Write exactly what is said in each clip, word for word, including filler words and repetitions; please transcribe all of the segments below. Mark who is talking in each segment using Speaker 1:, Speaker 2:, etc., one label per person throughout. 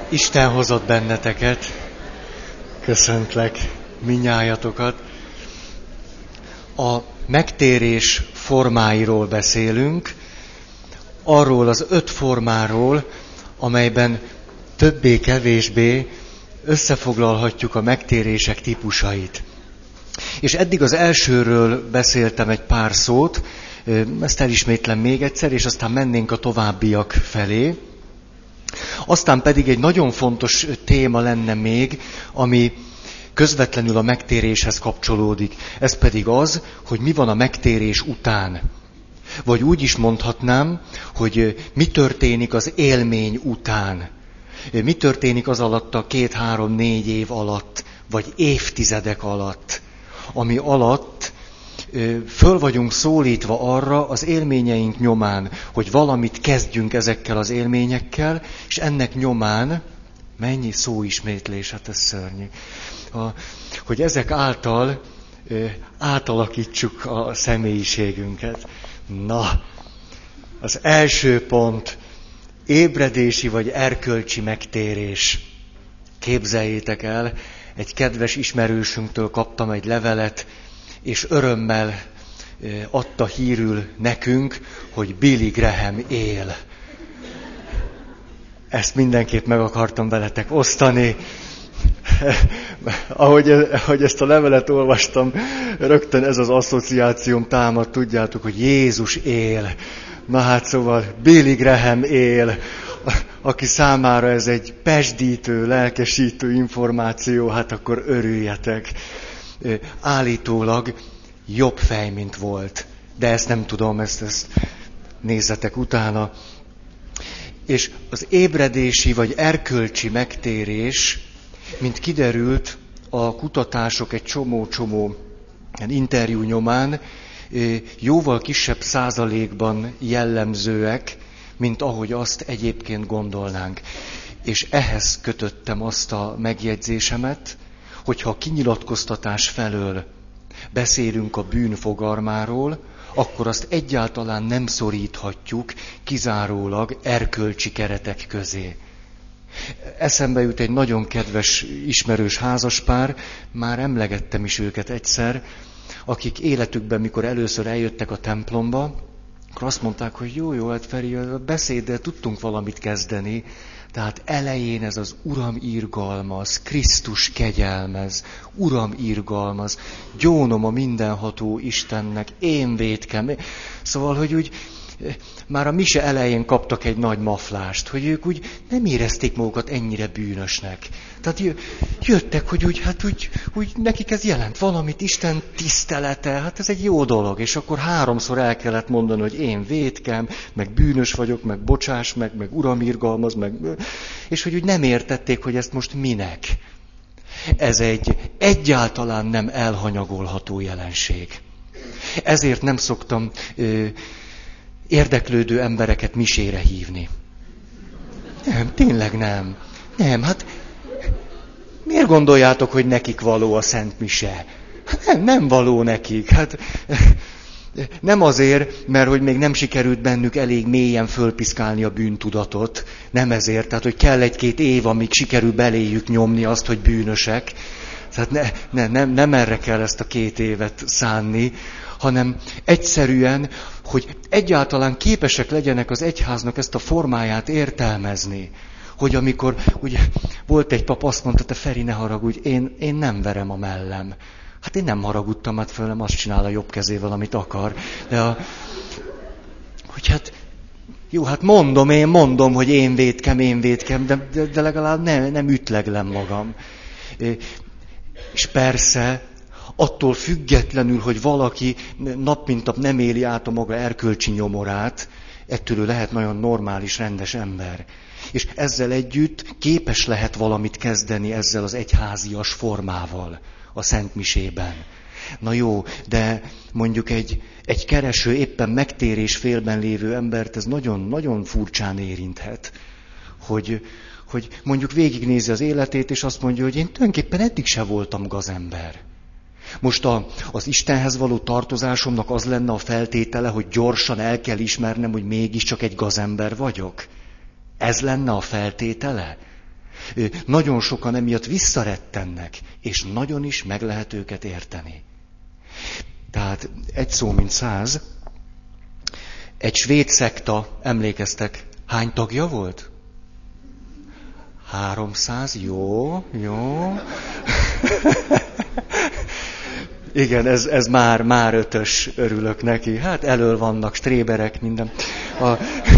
Speaker 1: Isten hozott benneteket, köszöntlek mindnyájatokat. A megtérés formáiról beszélünk, arról az öt formáról, amelyben többé-kevésbé összefoglalhatjuk a megtérések típusait. És eddig az elsőről beszéltem egy pár szót, ezt elismétlem még egyszer, és aztán mennénk a továbbiak felé. Aztán pedig egy nagyon fontos téma lenne még, ami közvetlenül a megtéréshez kapcsolódik. Ez pedig az, hogy mi van a megtérés után. Vagy úgy is mondhatnám, hogy mi történik az élmény után. Mi történik az alatt a két, három, négy év alatt, vagy évtizedek alatt, ami alatt föl vagyunk szólítva arra az élményeink nyomán, hogy valamit kezdjünk ezekkel az élményekkel, és ennek nyomán, mennyi szóismétlés, hát ez szörnyű, a, hogy ezek által ö, átalakítsuk a személyiségünket. Na, az első pont, ébredési vagy erkölcsi megtérés. Képzeljétek el, egy kedves ismerősünktől kaptam egy levelet, és örömmel adta hírül nekünk, hogy Billy Graham él. Ezt mindenképp meg akartam veletek osztani. Ahogy, ahogy ezt a levelet olvastam, rögtön ez az asszociációm támad, tudjátok, hogy Jézus él. Na hát szóval Billy Graham él, aki számára ez egy pesdítő, lelkesítő információ, hát akkor örüljetek. Állítólag jobb fej, mint volt. De ezt nem tudom, ezt, ezt nézzetek utána. És az ébredési vagy erkölcsi megtérés, mint kiderült, a kutatások egy csomó-csomó interjú nyomán jóval kisebb százalékban jellemzőek, mint ahogy azt egyébként gondolnánk. És ehhez kötöttem azt a megjegyzésemet, hogyha a kinyilatkoztatás felől beszélünk a bűn fogalmáról, akkor azt egyáltalán nem szoríthatjuk kizárólag erkölcsi keretek közé. Eszembe jut egy nagyon kedves, ismerős házaspár, már emlegettem is őket egyszer, akik életükben, mikor először eljöttek a templomba, akkor azt mondták, hogy jó, jó, hát Feri, a beszéddel tudtunk valamit kezdeni, tehát elején ez az Uram irgalmaz, Krisztus kegyelmez, Uram irgalmaz, gyónom a mindenható Istennek, én vétkem. Szóval, hogy úgy már a mise elején kaptak egy nagy maflást, hogy ők úgy nem érezték magukat ennyire bűnösnek. Tehát jöttek, hogy úgy, hát úgy, úgy nekik ez jelent valamit, Isten tisztelete, hát ez egy jó dolog, és akkor háromszor el kellett mondani, hogy én vétkem, meg bűnös vagyok, meg bocsáss meg, meg Uram irgalmaz, meg... és hogy úgy nem értették, hogy ezt most minek. Ez egy egyáltalán nem elhanyagolható jelenség. Ezért nem szoktam ö, érdeklődő embereket misére hívni. Nem, tényleg nem. Nem, hát miért gondoljátok, hogy nekik való a Szent Mise? Hát nem, nem való nekik. Hát nem azért, mert hogy még nem sikerült bennük elég mélyen fölpiszkálni a bűntudatot. Nem ezért, tehát hogy kell egy-két év, amíg sikerül beléjük nyomni azt, hogy bűnösek. Tehát ne, ne, nem, nem erre kell ezt a két évet szánni, hanem egyszerűen, hogy egyáltalán képesek legyenek az egyháznak ezt a formáját értelmezni. Hogy amikor, ugye, volt egy pap, azt mondta, te Feri, ne haragudj, én, én nem verem a mellem. Hát én nem haragudtam, hát fölem azt csinál a jobb kezével, amit akar. De a, hogy hát, jó, hát mondom, én mondom, hogy én vétkem, én vétkem, de, de, de legalább ne, nem ütleglem magam. És persze, attól függetlenül, hogy valaki nap mint nap nem éli át a maga erkölcsi nyomorát, ettől ő lehet nagyon normális, rendes ember. És ezzel együtt képes lehet valamit kezdeni ezzel az egyházias formával a Szent Misében. Na jó, de mondjuk egy, egy kereső, éppen megtérés félben lévő embert ez nagyon-nagyon furcsán érinthet. Hogy, hogy mondjuk végignézi az életét, és azt mondja, hogy én tulajdonképpen eddig se voltam gazember. Most a, az Istenhez való tartozásomnak az lenne a feltétele, hogy gyorsan el kell ismernem, hogy mégiscsak egy gazember vagyok. Ez lenne a feltétele? Nagyon sokan emiatt visszarettennek, és nagyon is meg lehet őket érteni. Tehát egy szó mint száz. Egy svéd szekta, emlékeztek, hány tagja volt? háromszáz, jó, jó. Igen, ez, ez már, már ötös, örülök neki. Hát elől vannak stréberek, minden. A...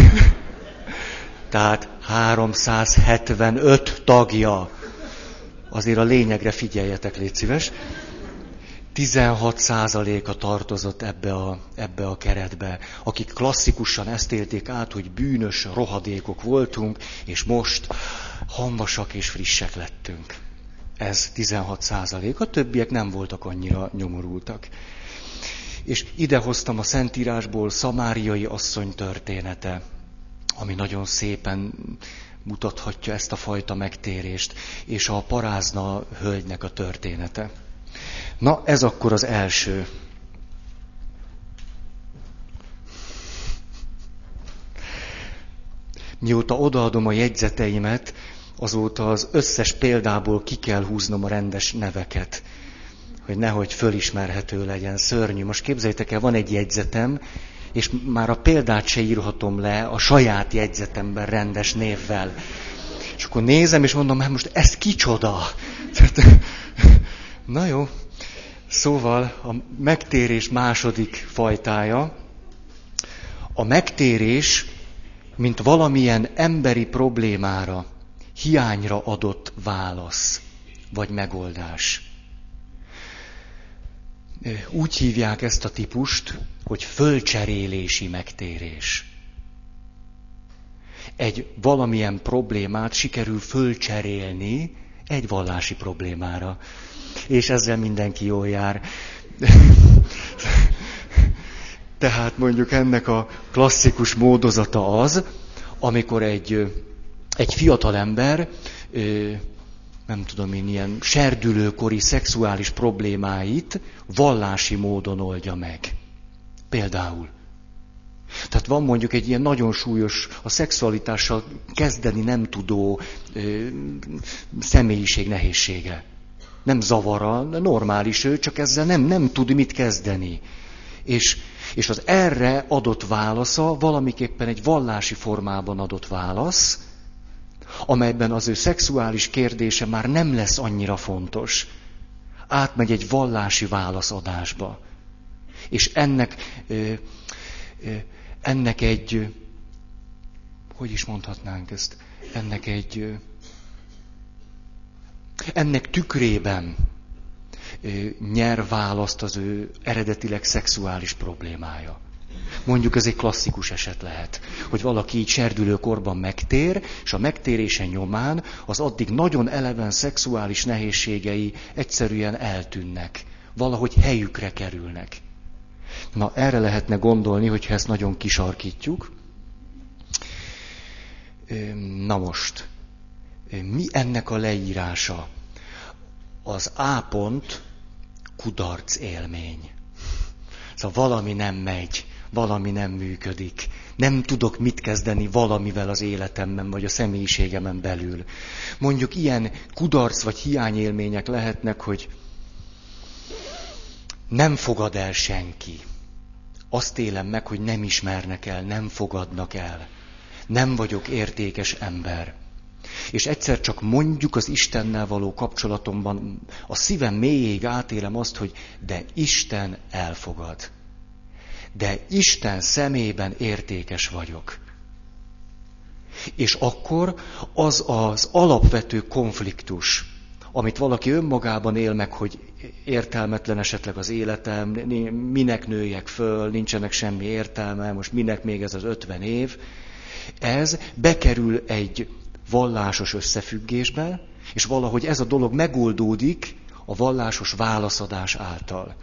Speaker 1: Tehát háromszázhetvenöt tagja. Azért a lényegre figyeljetek, légy szíves. tizenhat százaléka tartozott ebbe a, ebbe a keretbe, akik klasszikusan ezt élték át, hogy bűnös rohadékok voltunk, és most hamvasak és frissek lettünk. Ez tizenhat százalék, a többiek nem voltak annyira nyomorultak. És idehoztam a Szentírásból Szamáriai asszony története, ami nagyon szépen mutathatja ezt a fajta megtérést, és a parázna hölgynek a története. Na, ez akkor az első. Mióta odaadom a jegyzeteimet, azóta az összes példából ki kell húznom a rendes neveket, hogy nehogy fölismerhető legyen. Szörnyű. Most képzeljétek el, van egy jegyzetem, és már a példát se írhatom le a saját jegyzetemben rendes névvel. És akkor nézem, és mondom, hát most ez kicsoda? Na jó. Szóval a megtérés második fajtája. A megtérés, mint valamilyen emberi problémára, hiányra adott válasz, vagy megoldás. Úgy hívják ezt a típust, hogy fölcserélési megtérés. Egy valamilyen problémát sikerül fölcserélni egy vallási problémára. És ezzel mindenki jól jár. Tehát mondjuk ennek a klasszikus módozata az, amikor egy, egy fiatal ember, nem tudom én, ilyen serdülőkori szexuális problémáit vallási módon oldja meg. Például. Tehát van mondjuk egy ilyen nagyon súlyos, a szexualitással kezdeni nem tudó ö, személyiség nehézsége. Nem zavara, normális ő, csak ezzel nem, nem tud mit kezdeni. És, és az erre adott válasza valamiképpen egy vallási formában adott válasz, amelyben az ő szexuális kérdése már nem lesz annyira fontos. Átmegy egy vallási válaszadásba. És ennek, ö, ö, ennek egy, hogy is mondhatnánk ezt, ennek egy, ennek tükrében nyer választ az ő eredetileg szexuális problémája. Mondjuk ez egy klasszikus eset lehet, hogy valaki így serdülőkorban megtér, és a megtérése nyomán az addig nagyon eleven szexuális nehézségei egyszerűen eltűnnek. Valahogy helyükre kerülnek. Na, erre lehetne gondolni, hogyha ezt nagyon kisarkítjuk. Na most, mi ennek a leírása? Az A pont kudarc élmény. Szóval valami nem megy, valami nem működik. Nem tudok mit kezdeni valamivel az életemben, vagy a személyiségemen belül. Mondjuk ilyen kudarc vagy hiányélmények lehetnek, hogy nem fogad el senki. Azt élem meg, hogy nem ismernek el, nem fogadnak el. Nem vagyok értékes ember. És egyszer csak mondjuk az Istennel való kapcsolatomban, a szívem mélyéig átélem azt, hogy de Isten elfogad. De Isten szemében értékes vagyok. És akkor az az alapvető konfliktus, amit valaki önmagában él meg, hogy értelmetlen esetleg az életem, minek nőjek föl, nincsenek semmi értelme, most minek még ez az ötven év, ez bekerül egy vallásos összefüggésbe, és valahogy ez a dolog megoldódik a vallásos válaszadás által.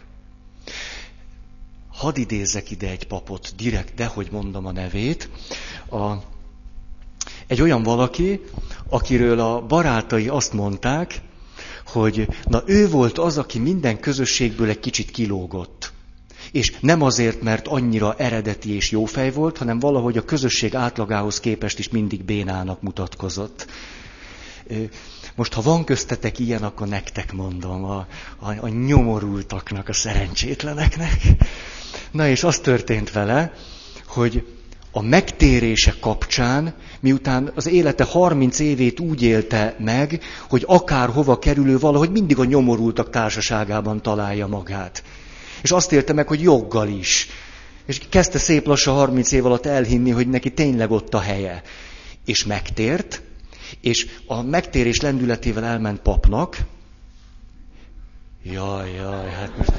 Speaker 1: Hadd idézzek ide egy papot, direkt, de hogy mondom a nevét. A, egy olyan valaki, akiről a barátai azt mondták, hogy na ő volt az, aki minden közösségből egy kicsit kilógott. És nem azért, mert annyira eredeti és jófej volt, hanem valahogy a közösség átlagához képest is mindig bénának mutatkozott. Most, ha van köztetek ilyen, akkor nektek mondom, a, a, a nyomorultaknak, a szerencsétleneknek. Na és az történt vele, hogy a megtérése kapcsán, miután az élete harminc évét úgy élte meg, hogy akárhova kerülő valahogy mindig a nyomorultak társaságában találja magát. És azt élte meg, hogy joggal is. És kezdte szép lassan harminc év alatt elhinni, hogy neki tényleg ott a helye. És megtért, és a megtérés lendületével elment papnak. Jaj, jaj, hát most...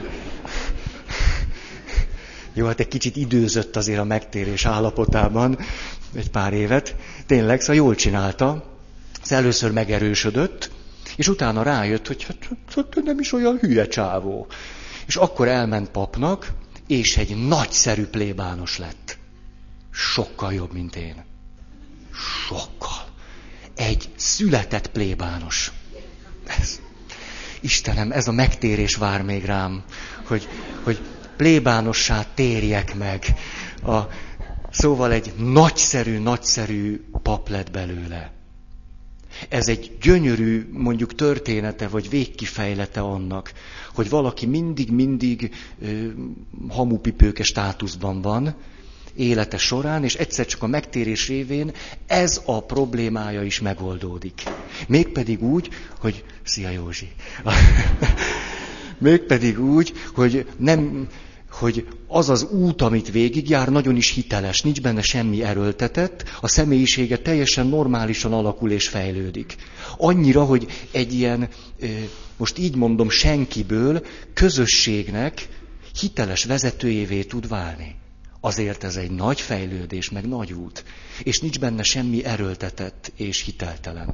Speaker 1: Jó, hát egy kicsit időzött azért a megtérés állapotában, egy pár évet. Tényleg, szóval jól csinálta. Ez először megerősödött, és utána rájött, hogy hát, hát nem is olyan hülye csávó. És akkor elment papnak, és egy nagyszerű plébános lett. Sokkal jobb, mint én. Sokkal. Egy született plébános. Ez. Istenem, ez a megtérés vár még rám, hogy, hogy plébánossá térjek meg. A, szóval egy nagyszerű, nagyszerű pap lett belőle. Ez egy gyönyörű, mondjuk története, vagy végkifejlete annak, hogy valaki mindig-mindig hamupipőke státuszban van élete során, és egyszer csak a megtérés révén ez a problémája is megoldódik. Mégpedig úgy, hogy... Szia Józsi! Mégpedig úgy, hogy nem... hogy az az út, amit végigjár, nagyon is hiteles, nincs benne semmi erőltetett, a személyisége teljesen normálisan alakul és fejlődik. Annyira, hogy egy ilyen, most így mondom, senkiből közösségnek hiteles vezetőjévé tud válni. Azért ez egy nagy fejlődés, meg nagy út, és nincs benne semmi erőltetett és hiteltelen.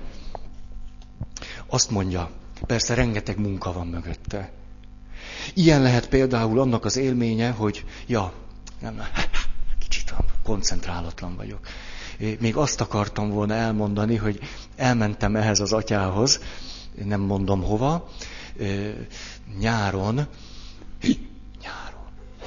Speaker 1: Azt mondja, persze rengeteg munka van mögötte. Ilyen lehet például annak az élménye, hogy ja, nem, kicsit koncentrálatlan vagyok. Még azt akartam volna elmondani, hogy elmentem ehhez az atyához, nem mondom hova, nyáron, nyáron.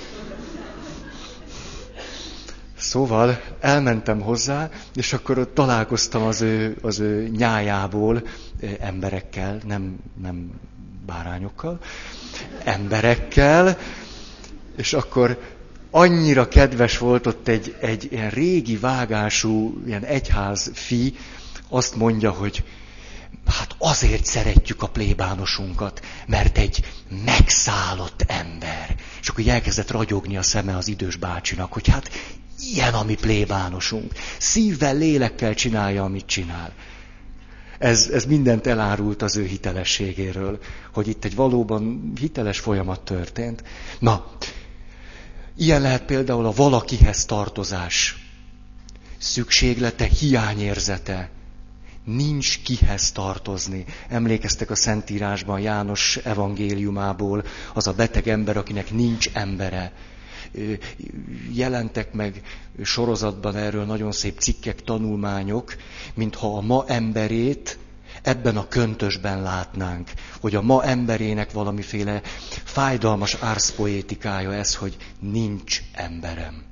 Speaker 1: Szóval elmentem hozzá, és akkor ott találkoztam az ő, az ő nyájából emberekkel, nem, nem bárányokkal, emberekkel, és akkor annyira kedves volt ott egy, egy ilyen régi vágású, ilyen egyház fi, azt mondja, hogy hát azért szeretjük a plébánosunkat, mert egy megszállott ember. És akkor elkezdett ragyogni a szeme az idős bácsinak, hogy hát ilyen a mi plébánosunk. Szívvel, lélekkel csinálja, amit csinál. Ez, ez mindent elárult az ő hitelességéről, hogy itt egy valóban hiteles folyamat történt. Na, ilyen lehet például a valakihez tartozás szükséglete, hiányérzete. Nincs kihez tartozni. Emlékeztek a Szentírásban János evangéliumából, az a beteg ember, akinek nincs embere. Jelentek meg sorozatban erről nagyon szép cikkek, tanulmányok, mintha a ma emberét ebben a köntösben látnánk, hogy a ma emberének valamiféle fájdalmas árszpoétikája ez, hogy nincs emberem.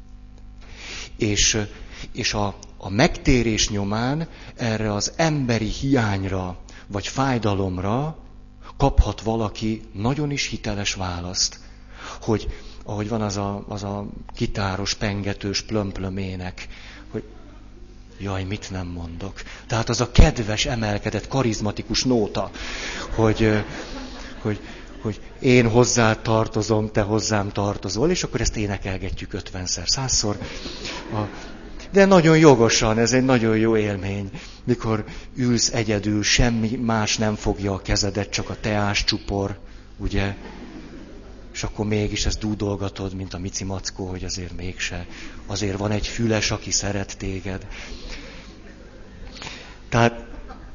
Speaker 1: És, és a, a megtérés nyomán erre az emberi hiányra, vagy fájdalomra kaphat valaki nagyon is hiteles választ, hogy ahogy van az a, az a gitáros, pengetős plömplömének, hogy jaj, mit nem mondok. Tehát az a kedves, emelkedett, karizmatikus nóta, hogy, hogy, hogy én hozzá tartozom, te hozzám tartozol, és akkor ezt énekelgetjük ötvenszer, százszor. De nagyon jogosan, ez egy nagyon jó élmény, mikor ülsz egyedül, semmi más nem fogja a kezedet, csak a teáscsupor, ugye? És akkor mégis ezt dúdolgatod, mint a Mici Mackó, hogy azért mégse. Azért van egy füles, aki szeret téged. Tehát...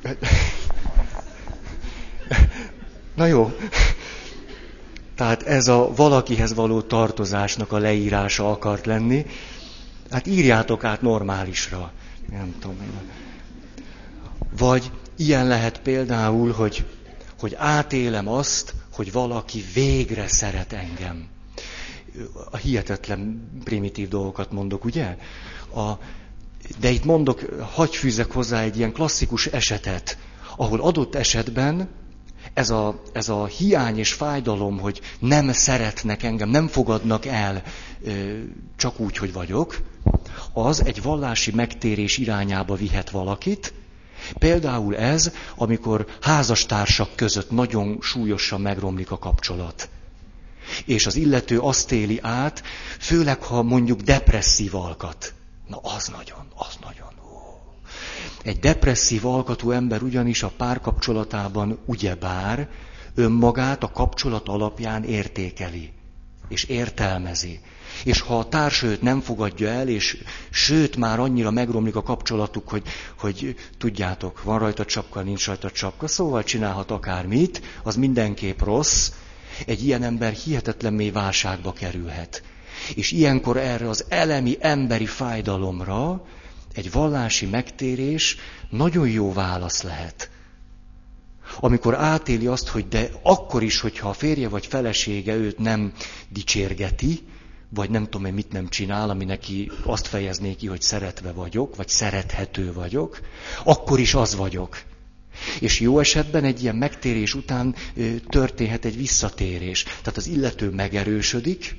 Speaker 1: Na jó. Tehát ez a valakihez való tartozásnak a leírása akart lenni. Hát írjátok át normálisra. Nem tudom én. Vagy ilyen lehet például, hogy, hogy átélem azt, hogy valaki végre szeret engem. A hihetetlen primitív dolgokat mondok, ugye? A, De itt mondok, hagy fűzek hozzá egy ilyen klasszikus esetet, ahol adott esetben ez a, ez a hiány és fájdalom, hogy nem szeretnek engem, nem fogadnak el csak úgy, hogy vagyok, az egy vallási megtérés irányába vihet valakit. Például ez, amikor házastársak között nagyon súlyosan megromlik a kapcsolat. És az illető azt éli át, főleg ha mondjuk depresszív alkat. Na az nagyon, az nagyon. Ó. Egy depresszív alkatú ember ugyanis a párkapcsolatában ugyebár önmagát a kapcsolat alapján értékeli, és értelmezi. És ha a társ őt nem fogadja el, és sőt már annyira megromlik a kapcsolatuk, hogy, hogy tudjátok, van rajta csapka, nincs rajta csapka, szóval csinálhat akármit, az mindenképp rossz, egy ilyen ember hihetetlen mély válságba kerülhet. És ilyenkor erre az elemi emberi fájdalomra egy vallási megtérés nagyon jó válasz lehet. Amikor átéli azt, hogy de akkor is, hogyha a férje vagy felesége őt nem dicsérgeti, vagy nem tudom én mit nem csinál, ami neki azt fejezné ki, hogy szeretve vagyok, vagy szerethető vagyok, akkor is az vagyok. És jó esetben egy ilyen megtérés után történhet egy visszatérés. Tehát az illető megerősödik,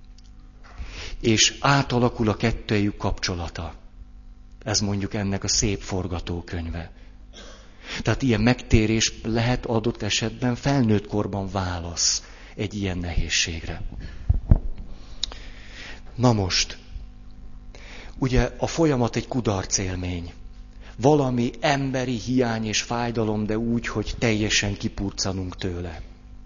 Speaker 1: és átalakul a kettőjük kapcsolata. Ez mondjuk ennek a szép forgatókönyve. Tehát ilyen megtérés lehet adott esetben felnőtt korban válasz egy ilyen nehézségre. Na most, ugye a folyamat egy kudarcélmény. Valami emberi hiány és fájdalom, de úgy, hogy teljesen kipurcanunk tőle.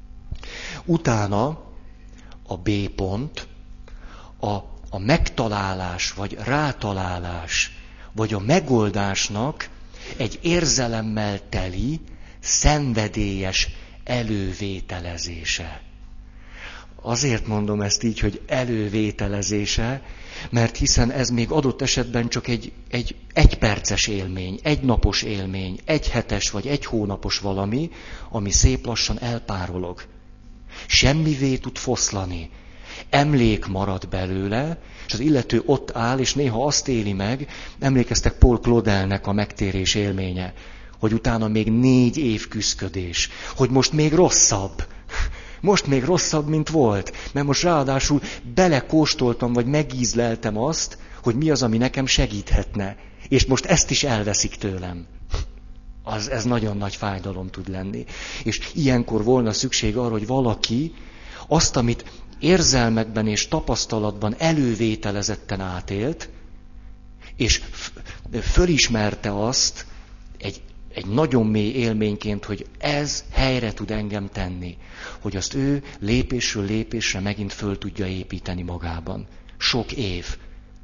Speaker 1: Utána a B pont, a, a megtalálás, vagy rátalálás, vagy a megoldásnak egy érzelemmel teli, szenvedélyes elővételezése. Azért mondom ezt így, hogy elővételezése, mert hiszen ez még adott esetben csak egy, egy egyperces élmény, egynapos élmény, egyhetes vagy egy hónapos valami, ami szép lassan elpárolog. Semmivé tud foszlani. Emlék marad belőle, és az illető ott áll, és néha azt éli meg, emlékeztek Paul Claudelnek a megtérés élménye, hogy utána még négy év küszködés, hogy most még rosszabb. Most még rosszabb, mint volt, mert most ráadásul belekóstoltam, vagy megízleltem azt, hogy mi az, ami nekem segíthetne. És most ezt is elveszik tőlem. Az, ez nagyon nagy fájdalom tud lenni. És ilyenkor volna szükség arra, hogy valaki azt, amit érzelmekben és tapasztalatban elővételezetten átélt, és fölismerte azt egy egy nagyon mély élményként, hogy ez helyre tud engem tenni. Hogy azt ő lépésről lépésre megint föl tudja építeni magában. Sok év.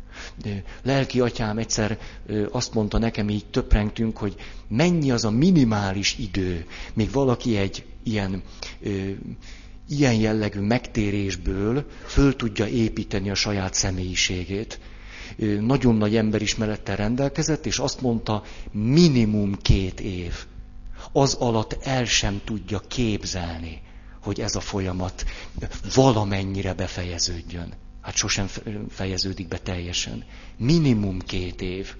Speaker 1: Lelki atyám egyszer azt mondta nekem, így töprengtünk, hogy mennyi az a minimális idő, még valaki egy ilyen, ilyen jellegű megtérésből föl tudja építeni a saját személyiségét. Nagyon nagy emberismerettel rendelkezett, és azt mondta, minimum két év. Az alatt el sem tudja képzelni, hogy ez a folyamat valamennyire befejeződjön. Hát sosem fejeződik be teljesen. Minimum két év.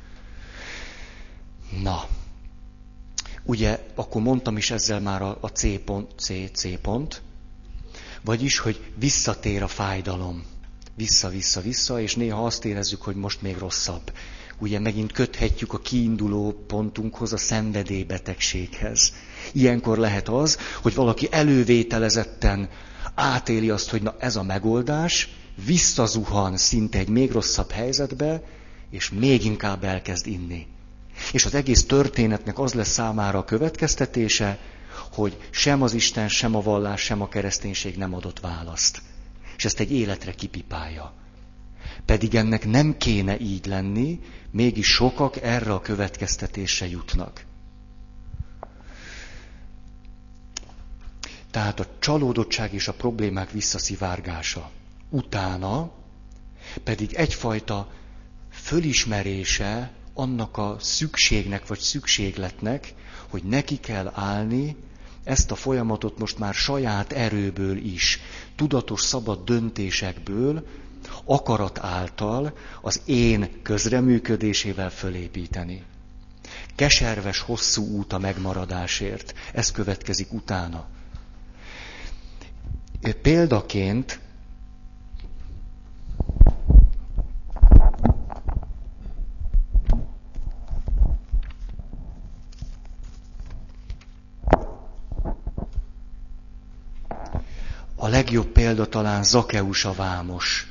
Speaker 1: Na, ugye, akkor mondtam is ezzel már a, a C pont, C, C pont, vagyis, hogy visszatér a fájdalom. Vissza, vissza, vissza, és néha azt érezzük, hogy most még rosszabb. Ugye megint köthetjük a kiinduló pontunkhoz, a szenvedélybetegséghez. Ilyenkor lehet az, hogy valaki elővételezetten átéli azt, hogy na ez a megoldás, visszazuhan szinte egy még rosszabb helyzetbe, és még inkább elkezd inni. És az egész történetnek az lesz számára a következtetése, hogy sem az Isten, sem a vallás, sem a kereszténység nem adott választ. És ezt egy életre kipipálja. Pedig ennek nem kéne így lenni, mégis sokak erre a következtetésre jutnak. Tehát a csalódottság és a problémák visszaszivárgása. Utána pedig egyfajta fölismerése annak a szükségnek vagy szükségletnek, hogy neki kell állni, ezt a folyamatot most már saját erőből is, tudatos, szabad döntésekből akarat által az én közreműködésével fölépíteni. Keserves, hosszú út a megmaradásért. Ez következik utána. Példaként a legjobb példa talán Zakeus a vámos.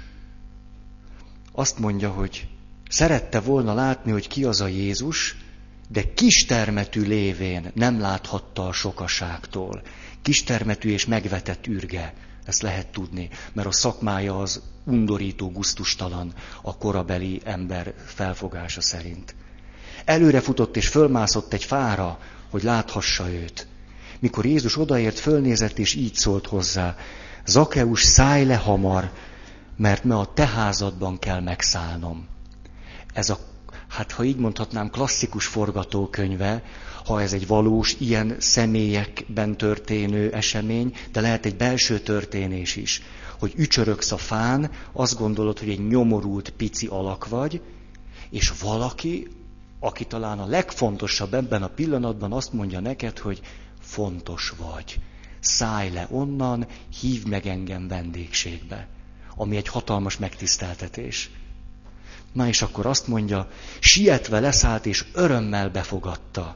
Speaker 1: Azt mondja, hogy szerette volna látni, hogy ki az a Jézus, de kistermetű lévén nem láthatta a sokaságtól. Kistermetű és megvetett ürge, ezt lehet tudni, mert a szakmája az undorító, gusztustalan a korabeli ember felfogása szerint. Előre futott és fölmászott egy fára, hogy láthassa őt. Mikor Jézus odaért, fölnézett és így szólt hozzá: Zakeus, szállj le hamar, mert ma a te házadban kell megszállnom. Ez a, hát ha így mondhatnám, klasszikus forgatókönyve, ha ez egy valós, ilyen személyekben történő esemény, de lehet egy belső történés is, hogy ücsörögsz a fán, azt gondolod, hogy egy nyomorult pici alak vagy, és valaki, aki talán a legfontosabb ebben a pillanatban azt mondja neked, hogy fontos vagy. Szállj le onnan, hívd meg engem vendégségbe, ami egy hatalmas megtiszteltetés. Na és akkor azt mondja, sietve leszállt és örömmel befogadta.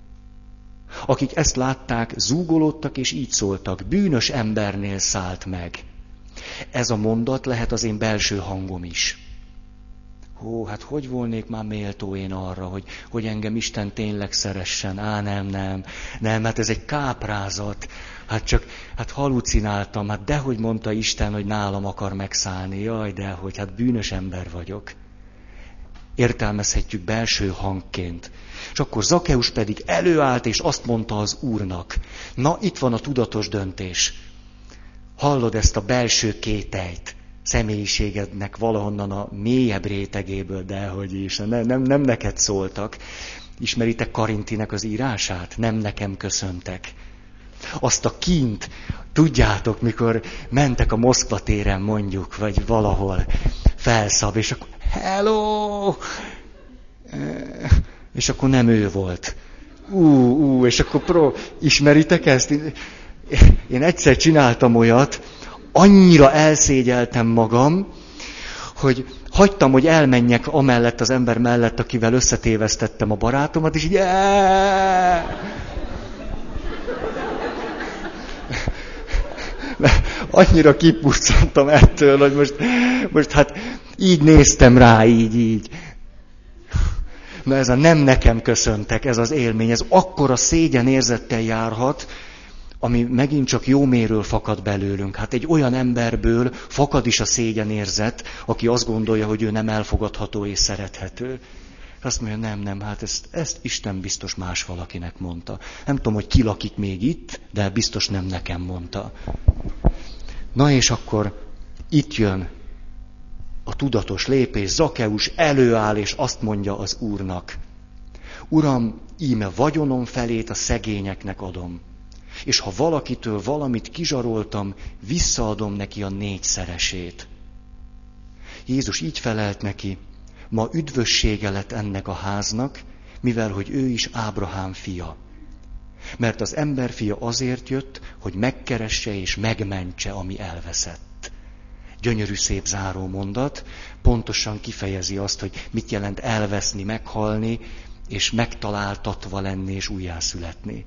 Speaker 1: Akik ezt látták, zúgolódtak és így szóltak: bűnös embernél szállt meg. Ez a mondat lehet az én belső hangom is. Hó, hát hogy volnék már méltó én arra, hogy, hogy engem Isten tényleg szeressen? Á, nem, nem, nem, hát ez egy káprázat. Hát csak, hát halucináltam, hát dehogy mondta Isten, hogy nálam akar megszállni. Jaj, dehogy, hát bűnös ember vagyok. Értelmezhetjük belső hangként. És akkor Zakeus pedig előállt, és azt mondta az Úrnak: na, itt van a tudatos döntés. Hallod ezt a belső kételyt, személyiségednek valahonnan a mélyebb rétegéből, dehogy is, nem, nem, nem neked szóltak. Ismeritek Karintinek az írását? Nem nekem köszöntek. Azt a kínt, tudjátok, mikor mentek a Moszkva téren mondjuk, vagy valahol felszab, és akkor hello! És akkor nem ő volt. Ú, ú, és akkor pró, ismeritek ezt? Én egyszer csináltam olyat, annyira elszégyeltem magam, hogy hagytam, hogy elmenjek amellett az ember mellett, akivel összetévesztettem a barátomat, és így... Annyira kipuccantam ettől, hogy most, most hát így néztem rá, így, így. Na ez a nem nekem köszöntek, ez az élmény, ez akkora szégyen érzettel járhat, ami megint csak jóméről fakad belőlünk. Hát egy olyan emberből fakad is a szégyenérzet, aki azt gondolja, hogy ő nem elfogadható és szerethető. Azt mondja, nem, nem, hát ezt, ezt Isten biztos más valakinek mondta. Nem tudom, hogy ki lakik még itt, de biztos nem nekem mondta. Na és akkor itt jön a tudatos lépés. Zakeus előáll, és azt mondja az Úrnak: Uram, íme vagyonom felét a szegényeknek adom. És ha valakitől valamit kizsaroltam, visszaadom neki a négyszeresét. Jézus így felelt neki: ma üdvössége lett ennek a háznak, mivel hogy ő is Ábrahám fia. Mert az emberfia azért jött, hogy megkeresse és megmentse, ami elveszett. Gyönyörű szép záró mondat, pontosan kifejezi azt, hogy mit jelent elveszni, meghalni, és megtaláltatva lenni és újjászületni.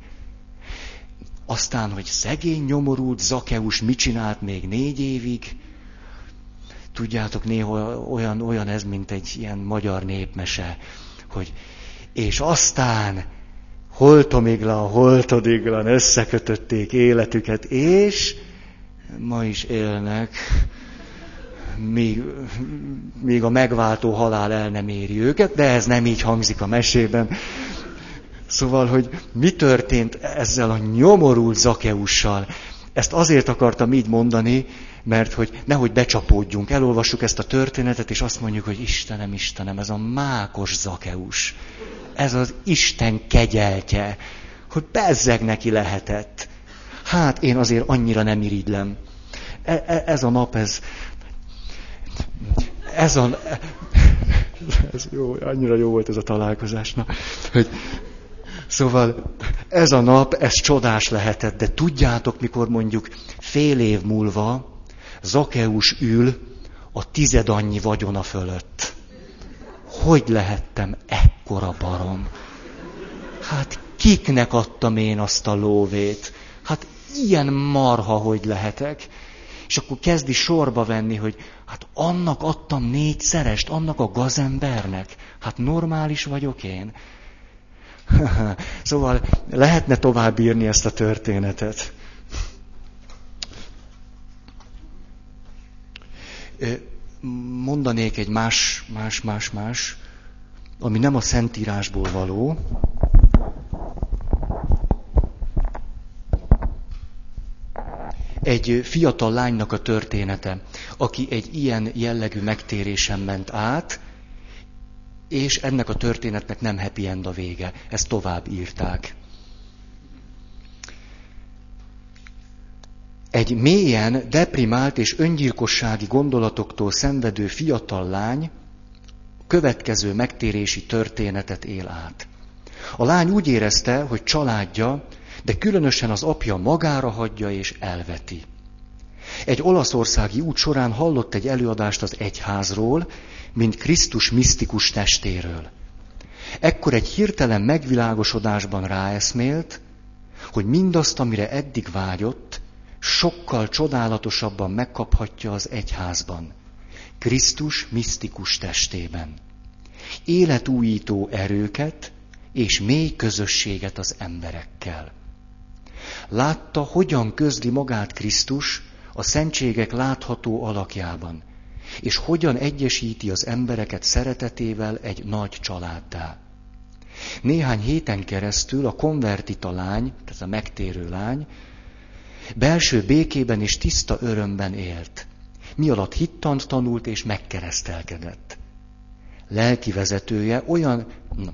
Speaker 1: Aztán, hogy szegény, nyomorult Zakeus mit csinált még négy évig, tudjátok, néha olyan, olyan ez, mint egy ilyen magyar népmese, hogy és aztán holtomiglan, holtodiglan összekötötték életüket, és ma is élnek, míg, míg a megváltó halál el nem éri őket, de ez nem így hangzik a mesében. Szóval, hogy mi történt ezzel a nyomorult Zakeussal, ezt azért akartam így mondani, mert hogy nehogy becsapódjunk, elolvassuk ezt a történetet, és azt mondjuk, hogy Istenem, Istenem, ez a mákos Zakeus, ez az Isten kegyeltje, hogy bezzeg neki lehetett. Hát én azért annyira nem irigylem. Ez a nap, ez ez a... Ez jó, annyira jó volt ez a találkozás. Na, hogy, szóval ez a nap, ez csodás lehetett, de tudjátok, mikor mondjuk fél év múlva Zakeus ül a tized annyi vagyona fölött. Hogy lehettem ekkora barom? Hát kiknek adtam én azt a lóvét? Hát ilyen marha, hogy lehetek? És akkor kezdi sorba venni, hogy hát annak adtam négyszerest, annak a gazembernek. Hát normális vagyok én. Szóval lehetne tovább írni ezt a történetet. Mondanék egy más, más, más, más, ami nem a Szentírásból való. Egy fiatal lánynak a története, aki egy ilyen jellegű megtérésen ment át, és ennek a történetnek nem happy end a vége. Ezt tovább írták. Egy mélyen deprimált és öngyilkossági gondolatoktól szenvedő fiatal lány következő megtérési történetet él át. A lány úgy érezte, hogy családja, de különösen az apja magára hagyja és elveti. Egy olaszországi út során hallott egy előadást az egyházról, mint Krisztus misztikus testéről. Ekkor egy hirtelen megvilágosodásban ráeszmélt, hogy mindazt, amire eddig vágyott, sokkal csodálatosabban megkaphatja az egyházban, Krisztus misztikus testében. Életújító erőket és mély közösséget az emberekkel. Látta, hogyan közli magát Krisztus a szentségek látható alakjában, és hogyan egyesíti az embereket szeretetével egy nagy családdá. Néhány héten keresztül a konvertita lány, tehát a megtérő lány, belső békében és tiszta örömben élt, mi alatt hittant tanult és megkeresztelkedett. Lelki vezetője olyan,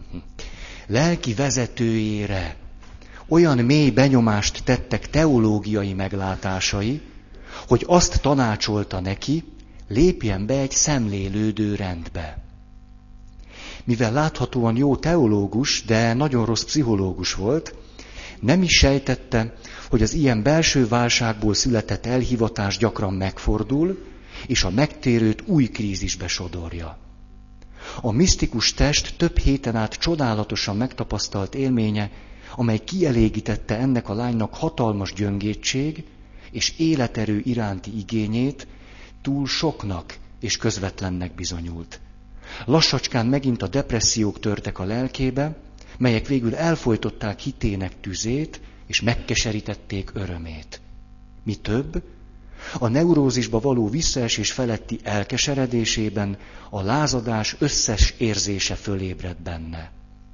Speaker 1: lelki vezetőjére olyan mély benyomást tettek teológiai meglátásai, hogy azt tanácsolta neki, lépjen be egy szemlélődő rendbe. Mivel láthatóan jó teológus, de nagyon rossz pszichológus volt, nem is sejtette, hogy az ilyen belső válságból született elhivatás gyakran megfordul, és a megtérőt új krízisbe sodorja. A misztikus test több héten át csodálatosan megtapasztalt élménye, amely kielégítette ennek a lánynak hatalmas gyöngétség és életerő iránti igényét, túl soknak és közvetlennek bizonyult. Lassacskán megint a depressziók törtek a lelkébe, melyek végül elfojtották hitének tüzét, és megkeserítették örömét. Mi több, a neurózisba való visszaesés feletti elkeseredésében a lázadás összes érzése fölébredt benne.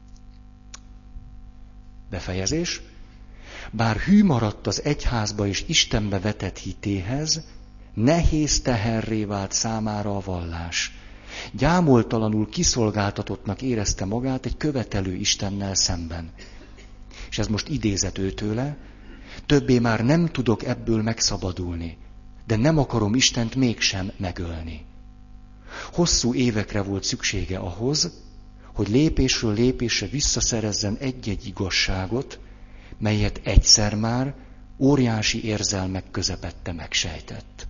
Speaker 1: Befejezés. Bár hű maradt az egyházba és Istenbe vetett hitéhez, nehéz teherré vált számára a vallás. Gyámoltalanul kiszolgáltatottnak érezte magát egy követelő Istennel szemben. És ez most idézet őtőle, többé már nem tudok ebből megszabadulni, de nem akarom Istent mégsem megölni. Hosszú évekre volt szüksége ahhoz, hogy lépésről lépésre visszaszerezzen egy-egy igazságot, melyet egyszer már óriási érzelmek közepette megsejtett.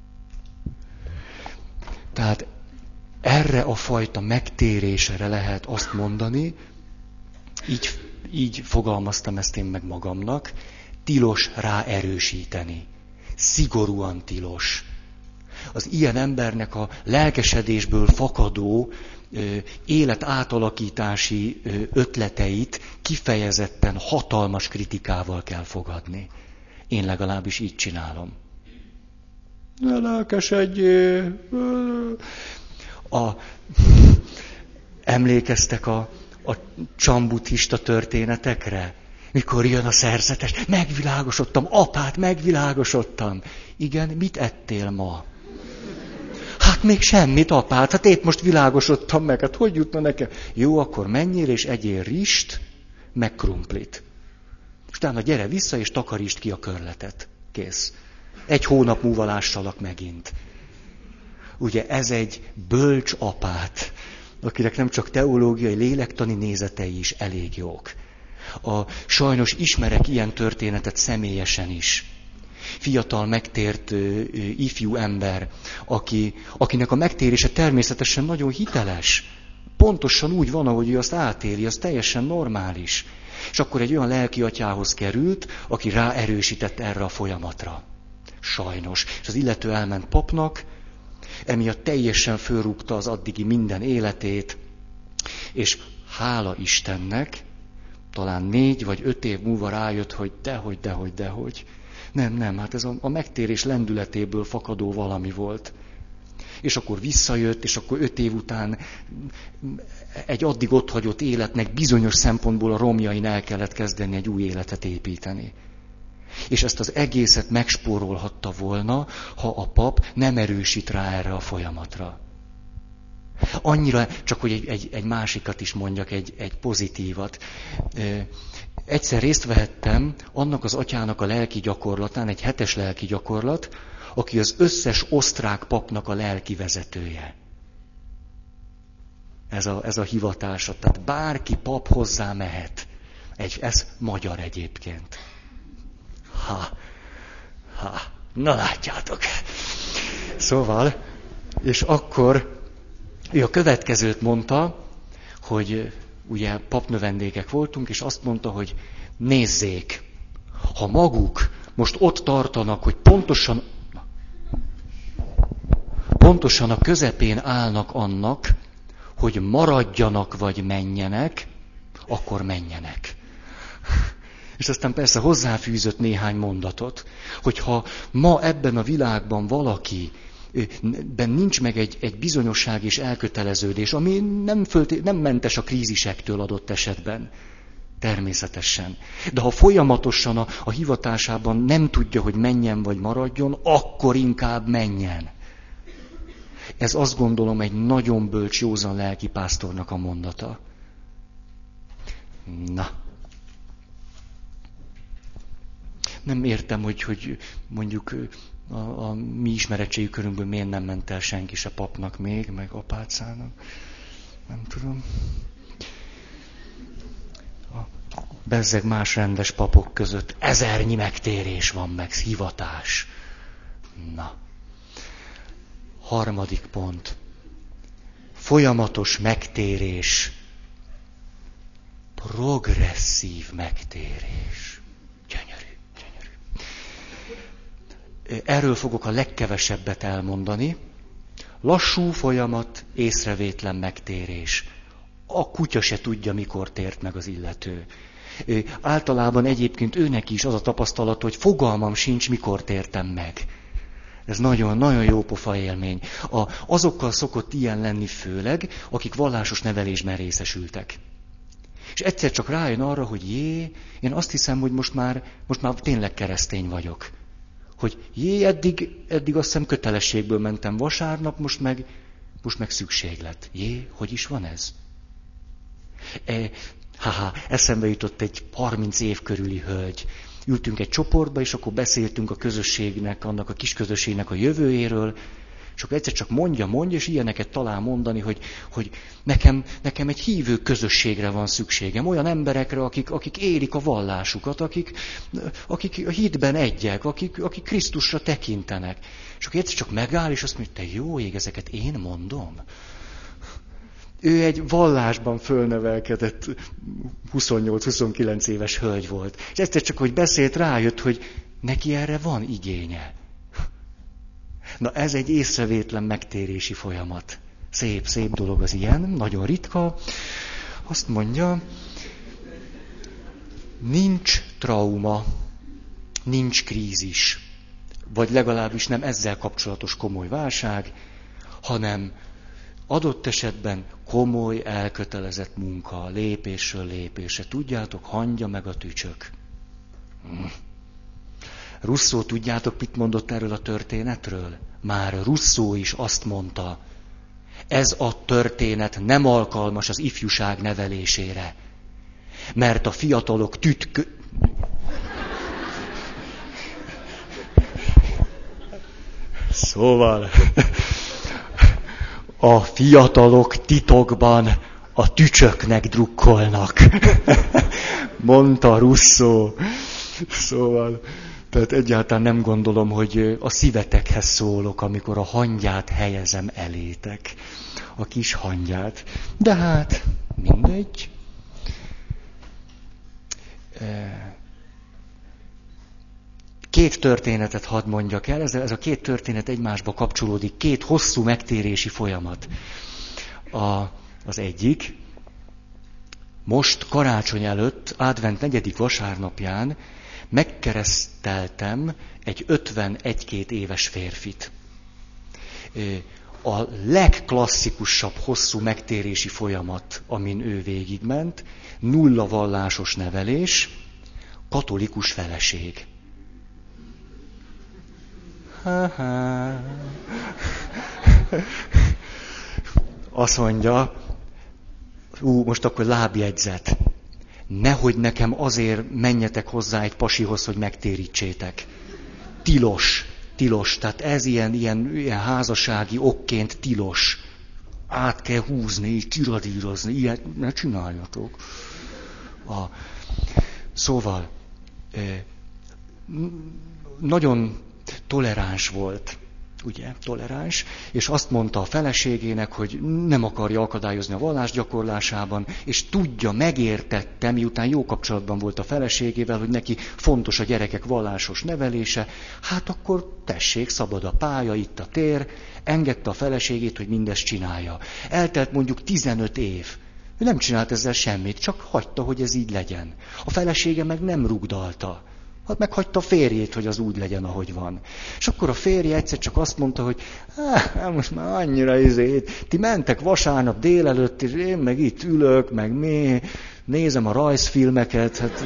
Speaker 1: Tehát erre a fajta megtérésre lehet azt mondani, így, így fogalmaztam ezt én meg magamnak, tilos rá erősíteni. Szigorúan tilos. Az ilyen embernek a lelkesedésből fakadó ö, életátalakítási ö, ötleteit kifejezetten hatalmas kritikával kell fogadni. Én legalábbis így csinálom. Ne lelkesedjél! A, emlékeztek a, a csambuddhista történetekre? Mikor jön a szerzetes, megvilágosodtam, apát, megvilágosodtam. Igen, mit ettél ma? Hát még semmit, apát, hát épp most világosodtam meg, hát hogy jutna nekem? Jó, akkor menjél és egyél rist, meg krumplit. És utána gyere vissza és takarítsd ki a körletet. Kész. Egy hónap múlva lássalak megint. ugye ez egy bölcs apát, akinek nem csak teológiai, lélektani nézetei is elég jók. A, sajnos ismerek ilyen történetet személyesen is. Fiatal, megtért ö, ö, ifjú ember, aki, akinek a megtérése természetesen nagyon hiteles. Pontosan úgy van, ahogy ő azt átéli, az teljesen normális. És akkor egy olyan lelki atyához került, aki ráerősített erre a folyamatra. Sajnos. És az illető elment papnak, emiatt teljesen fölrúgta az addigi minden életét, és hála Istennek, talán négy vagy öt év múlva rájött, hogy dehogy, dehogy, dehogy. Nem, nem, hát ez a, a megtérés lendületéből fakadó valami volt. És akkor visszajött, és akkor öt év után egy addig otthagyott életnek bizonyos szempontból a romjain el kellett kezdeni egy új életet építeni. És ezt az egészet megspórolhatta volna, ha a pap nem erősít rá erre a folyamatra. Annyira, csak hogy egy, egy, egy másikat is mondjak, egy, egy pozitívat. Egyszer részt vehettem annak az atyának a lelki gyakorlatán, egy hetes lelki gyakorlat, aki az összes osztrák papnak a lelki vezetője. Ez a, ez a hivatása. Tehát bárki pap hozzá mehet. Egy, ez magyar egyébként. Ha, ha, na látjátok. Szóval, és akkor ő a következőt mondta, hogy ugye papnövendékek voltunk, és azt mondta, hogy nézzék, ha maguk most ott tartanak, hogy pontosan, pontosan a közepén állnak annak, hogy maradjanak vagy menjenek, akkor menjenek. És aztán persze hozzáfűzött néhány mondatot, hogyha ma ebben a világban valaki ben nincs meg egy, egy bizonyosság és elköteleződés, ami nem, fölté- nem mentes a krízisektől adott esetben. Természetesen. De ha folyamatosan a, a hivatásában nem tudja, hogy menjen vagy maradjon, akkor inkább menjen. Ez azt gondolom egy nagyon bölcs, józan lelkipásztornak a mondata. Na. Nem értem, hogy, hogy mondjuk a, a mi ismeretségi körünkből miért nem ment el senki se papnak még, meg apácának. Nem tudom. A bezzeg más rendes papok között ezernyi megtérés van, meg hivatás. Na. Harmadik pont. Folyamatos megtérés. Progresszív megtérés. Gyönyörű, gyönyörű. Erről fogok a legkevesebbet elmondani. Lassú folyamat, észrevétlen megtérés. A kutya se tudja, mikor tért meg az illető. Általában egyébként őnek is az a tapasztalat, hogy fogalmam sincs, mikor tértem meg. Ez nagyon-nagyon jó pofa élmény. A, azokkal szokott ilyen lenni főleg, akik vallásos nevelésben részesültek. És egyszer csak rájön arra, hogy jé, én azt hiszem, hogy most már, most már tényleg keresztény vagyok. Hogy jé, eddig, eddig azt hiszem kötelességből mentem vasárnap, most meg, most meg szükséglet. Jé, hogy is van ez? E, haha, eszembe jutott egy harminc év körüli hölgy. Ültünk egy csoportba, és akkor beszéltünk a közösségnek, annak a kis közösségnek a jövőjéről, és akkor egyszer csak mondja, mondja, és ilyeneket talál mondani, hogy, hogy nekem, nekem egy hívő közösségre van szükségem, olyan emberekre, akik, akik élik a vallásukat, akik, akik a hitben egyek, akik, akik Krisztusra tekintenek. És akkor egyszer csak megáll, és azt mondja, te jó ég, ezeket én mondom. Ő egy vallásban fölnevelkedett huszonnyolc-huszonkilenc éves hölgy volt. És egyszer csak, hogy beszélt, rájött, hogy neki erre van igénye. Na ez egy észrevétlen megtérési folyamat. Szép, szép dolog az ilyen, nagyon ritka. Azt mondja, nincs trauma, nincs krízis, vagy legalábbis nem ezzel kapcsolatos komoly válság, hanem adott esetben komoly, elkötelezett munka, lépésről lépésre. Tudjátok, hangya meg a tücsök. Hm. Rousseau, tudjátok, mit mondott erről a történetről? Már Rousseau is azt mondta, ez a történet nem alkalmas az ifjúság nevelésére, mert a fiatalok tütkö... Szóval... A fiatalok titokban a tücsöknek drukkolnak, mondta Rousseau. Szóval, tehát egyáltalán nem gondolom, hogy a szívetekhez szólok, amikor a hangyát helyezem elétek. A kis hangyát. De hát, mindegy. Két történetet hadd mondjak el, ez a, ez a két történet egymásba kapcsolódik, két hosszú megtérési folyamat. A, az egyik, most karácsony előtt, advent negyedik vasárnapján megkereszteltem egy ötvenegy-két éves férfit. A legklasszikusabb hosszú megtérési folyamat, amin ő végigment, nulla vallásos nevelés, katolikus feleség. Ha-ha. Azt mondja, ú, most akkor lábjegyzet. Nehogy nekem azért menjetek hozzá egy pasihoz, hogy megtérítsétek. Tilos, tilos. Tehát ez ilyen, ilyen, ilyen házassági okként tilos. Át kell húzni, kiradírozni, ilyet ne csináljatok. A, szóval, nagyon toleráns volt, ugye, toleráns, és azt mondta a feleségének, hogy nem akarja akadályozni a vallás gyakorlásában, és tudja, megértette, miután jó kapcsolatban volt a feleségével, hogy neki fontos a gyerekek vallásos nevelése, hát akkor tessék, szabad a pálya, itt a tér, engedte a feleségét, hogy mindezt csinálja. Eltelt mondjuk tizenöt év. Ő nem csinált ezzel semmit, csak hagyta, hogy ez így legyen. A felesége meg nem rugdalta. Hát meghagyta a férjét, hogy az úgy legyen, ahogy van. És akkor a férje egyszer csak azt mondta, hogy hát most már annyira izét, ti mentek vasárnap délelőtt, és én meg itt ülök, meg mi, nézem a rajzfilmeket, hát...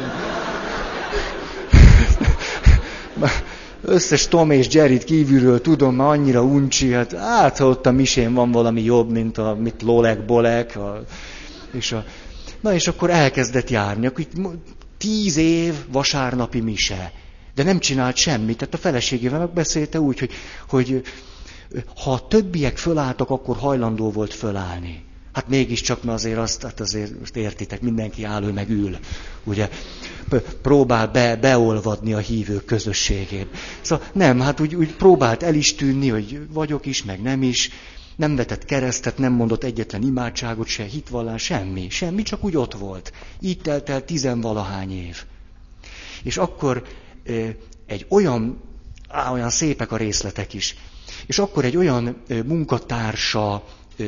Speaker 1: Összes Tom és Jerryt kívülről tudom, már annyira uncsi, hát, hát ha ott a misén van valami jobb, mint a mit lolek-bolek, a, és a... Na és akkor elkezdett járni, akkor itt tíz év vasárnapi mise, de nem csinált semmit, tehát a feleségével megbeszélte úgy, hogy, hogy ha a többiek fölálltak, akkor hajlandó volt fölállni. Hát mégiscsak, mert azért azt, hát azért most értitek, mindenki áll, ő meg ül, ugye, próbál be, beolvadni a hívők közösségébe. Szóval nem, hát úgy, úgy próbált el is tűnni, hogy vagyok is, meg nem is, nem vetett keresztet, nem mondott egyetlen imádságot, se hitvallás, semmi, semmi, csak úgy ott volt. Így telt el tizenvalahány év. És akkor egy olyan, á, olyan szépek a részletek is, és akkor egy olyan munkatársa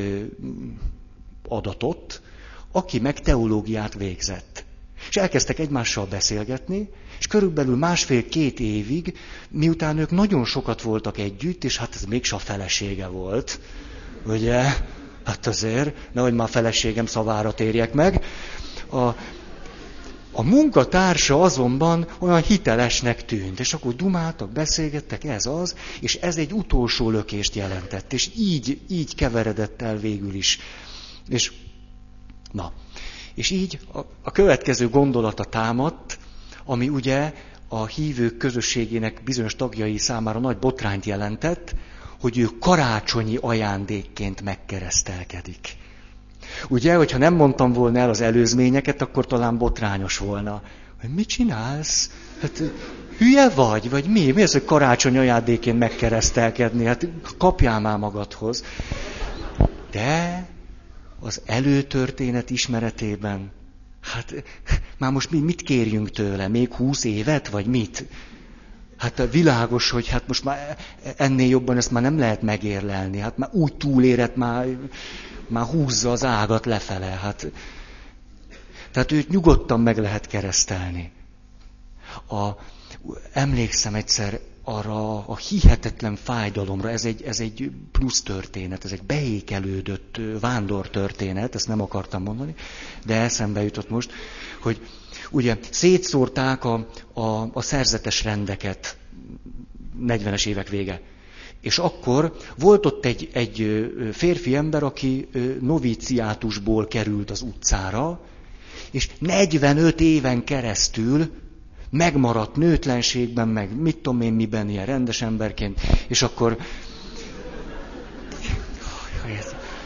Speaker 1: adatott, aki meg teológiát végzett. És elkezdtek egymással beszélgetni, és körülbelül másfél-két évig, miután ők nagyon sokat voltak együtt, és hát ez mégse a felesége volt, ugye? Hát azért, nehogy már a feleségem szavára térjek meg. A, a munkatársa azonban olyan hitelesnek tűnt, és akkor dumáltak, beszélgettek, ez az, és ez egy utolsó lökést jelentett, és így, így keveredett el végül is. És, na, és így a, a következő gondolata támadt, ami ugye a hívők közösségének bizonyos tagjai számára nagy botrányt jelentett, hogy ő karácsonyi ajándékként megkeresztelkedik. Ugye, hogyha nem mondtam volna el az előzményeket, akkor talán botrányos volna. Hogy mit csinálsz? Hát hülye vagy? Vagy mi? Mi az, hogy karácsonyi ajándékként megkeresztelkedni? Hát kapjál már magadhoz. De az előtörténet ismeretében, hát már most mi, mit kérjünk tőle? Még húsz évet? Vagy mit? Hát világos, hogy hát most már ennél jobban ezt már nem lehet megérlelni. Hát már úgy túlérett, már, már húzza az ágat lefele. Hát, tehát őt nyugodtan meg lehet keresztelni. A, emlékszem egyszer arra a hihetetlen fájdalomra, ez egy, ez egy plusz történet, ez egy beékelődött vándortörténet, ezt nem akartam mondani, de eszembe jutott most, hogy ugye szétszórták a, a, a szerzetes rendeket, negyvenes évek vége. És akkor volt ott egy, egy férfi ember, aki noviciátusból került az utcára, és negyvenöt éven keresztül megmaradt nőtlenségben, meg mit tudom én miben, ilyen rendes emberként, és akkor...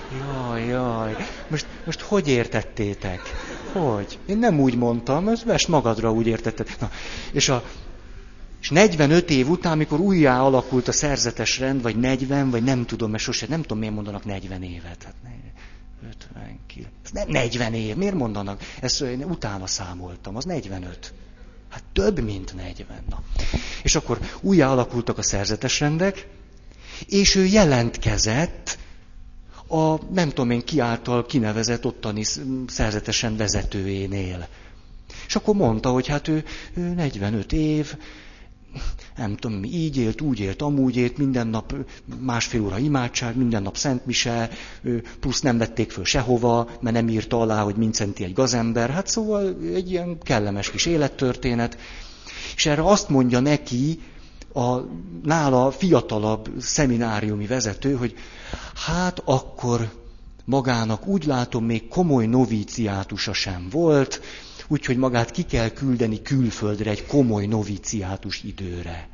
Speaker 1: Jaj, jaj. Most, most hogy értettétek? Hogy? Én nem úgy mondtam, ezt vess magadra úgy értetted. Na, és, a, és negyvenöt év után, amikor újjá alakult a szerzetes rend, vagy negyven, vagy nem tudom, mert sose, nem tudom, miért mondanak negyven évet. Hát ötvenkilenc. Ez nem negyven év, miért mondanak? Ezt én utána számoltam, az negyvenöt. Hát több, mint negyven. Na. És akkor újjá alakultak a szerzetes rendek, és ő jelentkezett a nem tudom én ki által kinevezett ottani szerzetesen vezetőjénél. És akkor mondta, hogy hát ő, ő negyvenöt év, nem tudom, így élt, úgy élt, amúgy élt, minden nap másfél óra imádság, minden nap szentmise, plusz nem vették föl sehova, mert nem írta alá, hogy Mincenti egy gazember. Hát szóval egy ilyen kellemes kis élettörténet. És erre azt mondja neki a nála fiatalabb szemináriumi vezető, hogy hát akkor magának úgy látom, még komoly noviciátusa sem volt, úgyhogy magát ki kell küldeni külföldre egy komoly noviciátus időre.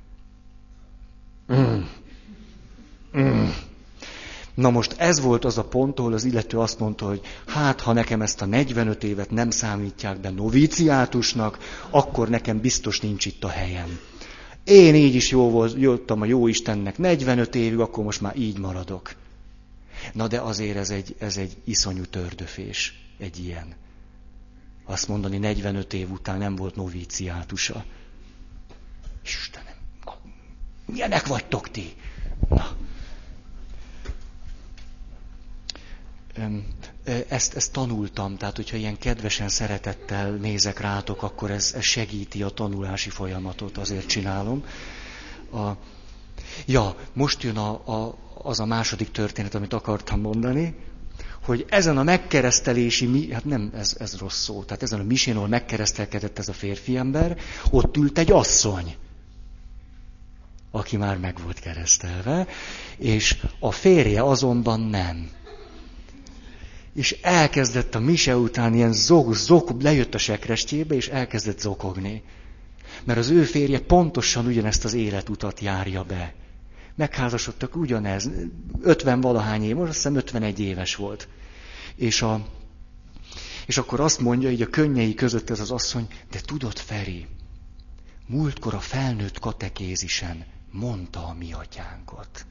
Speaker 1: Mm. Mm. Na most ez volt az a pont, ahol az illető azt mondta, hogy hát ha nekem ezt a negyvenöt évet nem számítják be noviciátusnak, akkor nekem biztos nincs itt a helyem. Én így is jó volt, jöttem a jó Istennek negyvenöt évig, akkor most már így maradok. Na de azért ez egy, ez egy iszonyú tördöfés, egy ilyen. Azt mondani, negyvenöt év után nem volt noviciátusa. Istenem, milyenek vagytok ti? Na. Ezt, ezt tanultam, tehát hogyha ilyen kedvesen, szeretettel nézek rátok, akkor ez, ez segíti a tanulási folyamatot, azért csinálom. A, ja, most jön a, a, az a második történet, amit akartam mondani, hogy ezen a megkeresztelési, hát nem, ez, ez rossz szó, tehát ezen a misén, ahol megkeresztelkedett ez a férfi ember, ott ült egy asszony, aki már meg volt keresztelve, és a férje azonban nem. És elkezdett a mise után ilyen zok, zok, lejött a sekrestjébe, és elkezdett zokogni. Mert az ő férje pontosan ugyanezt az életutat járja be. Megházasodtak ugyanez, ötven valahány év, most azt hiszem ötvenegy éves volt. És, a, és akkor azt mondja, így a könnyei között ez az asszony, de tudod, Feri, múltkor a felnőtt katekézisen mondta a mi atyánkot.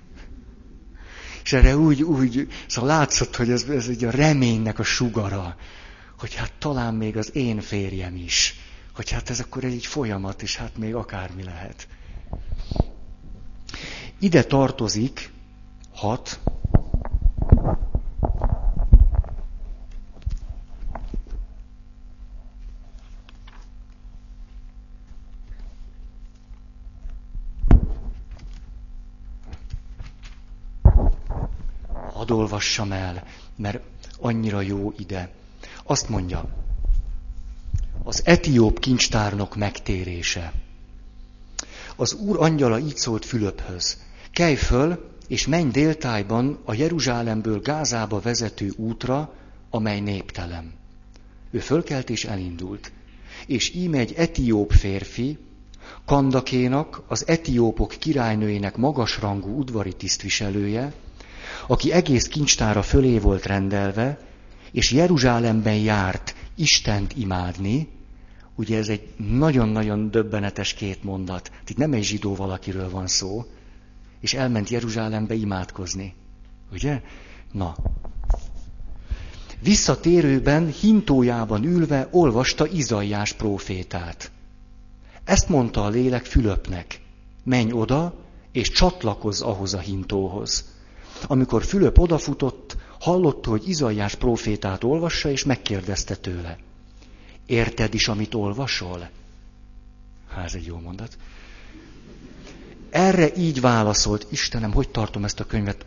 Speaker 1: És erre úgy, úgy, szóval látszott, hogy ez, ez egy a reménynek a sugara, hogy hát talán még az én férjem is, hogy hát ez akkor egy folyamat, és hát még akármi lehet. Ide tartozik hat, hadd olvassam el, mert annyira jó ide. Azt mondja, az etióp kincstárnok megtérése. Az Úr angyala így szólt Fülöphöz, kelj föl, és menj déltájban a Jeruzsálemből Gázába vezető útra, amely néptelen. Ő fölkelt és elindult. És íme egy etióp férfi, Kandakénak, az etiópok királynőjének magasrangú udvari tisztviselője, aki egész kincstára fölé volt rendelve, és Jeruzsálemben járt Istent imádni, ugye ez egy nagyon-nagyon döbbenetes két mondat. Itt nem egy zsidó valakiről van szó, és elment Jeruzsálembe imádkozni. Ugye? Na. Visszatérőben, hintójában ülve olvasta Izaiás prófétát. Ezt mondta a lélek Fülöpnek. Menj oda, és csatlakozz ahhoz a hintóhoz. Amikor Fülöp odafutott, hallotta, hogy Izaiás prófétát olvassa, és megkérdezte tőle. Érted is, amit olvasol? Hát ez egy jó mondat. Erre így válaszolt, Istenem, hogy tartom ezt a könyvet?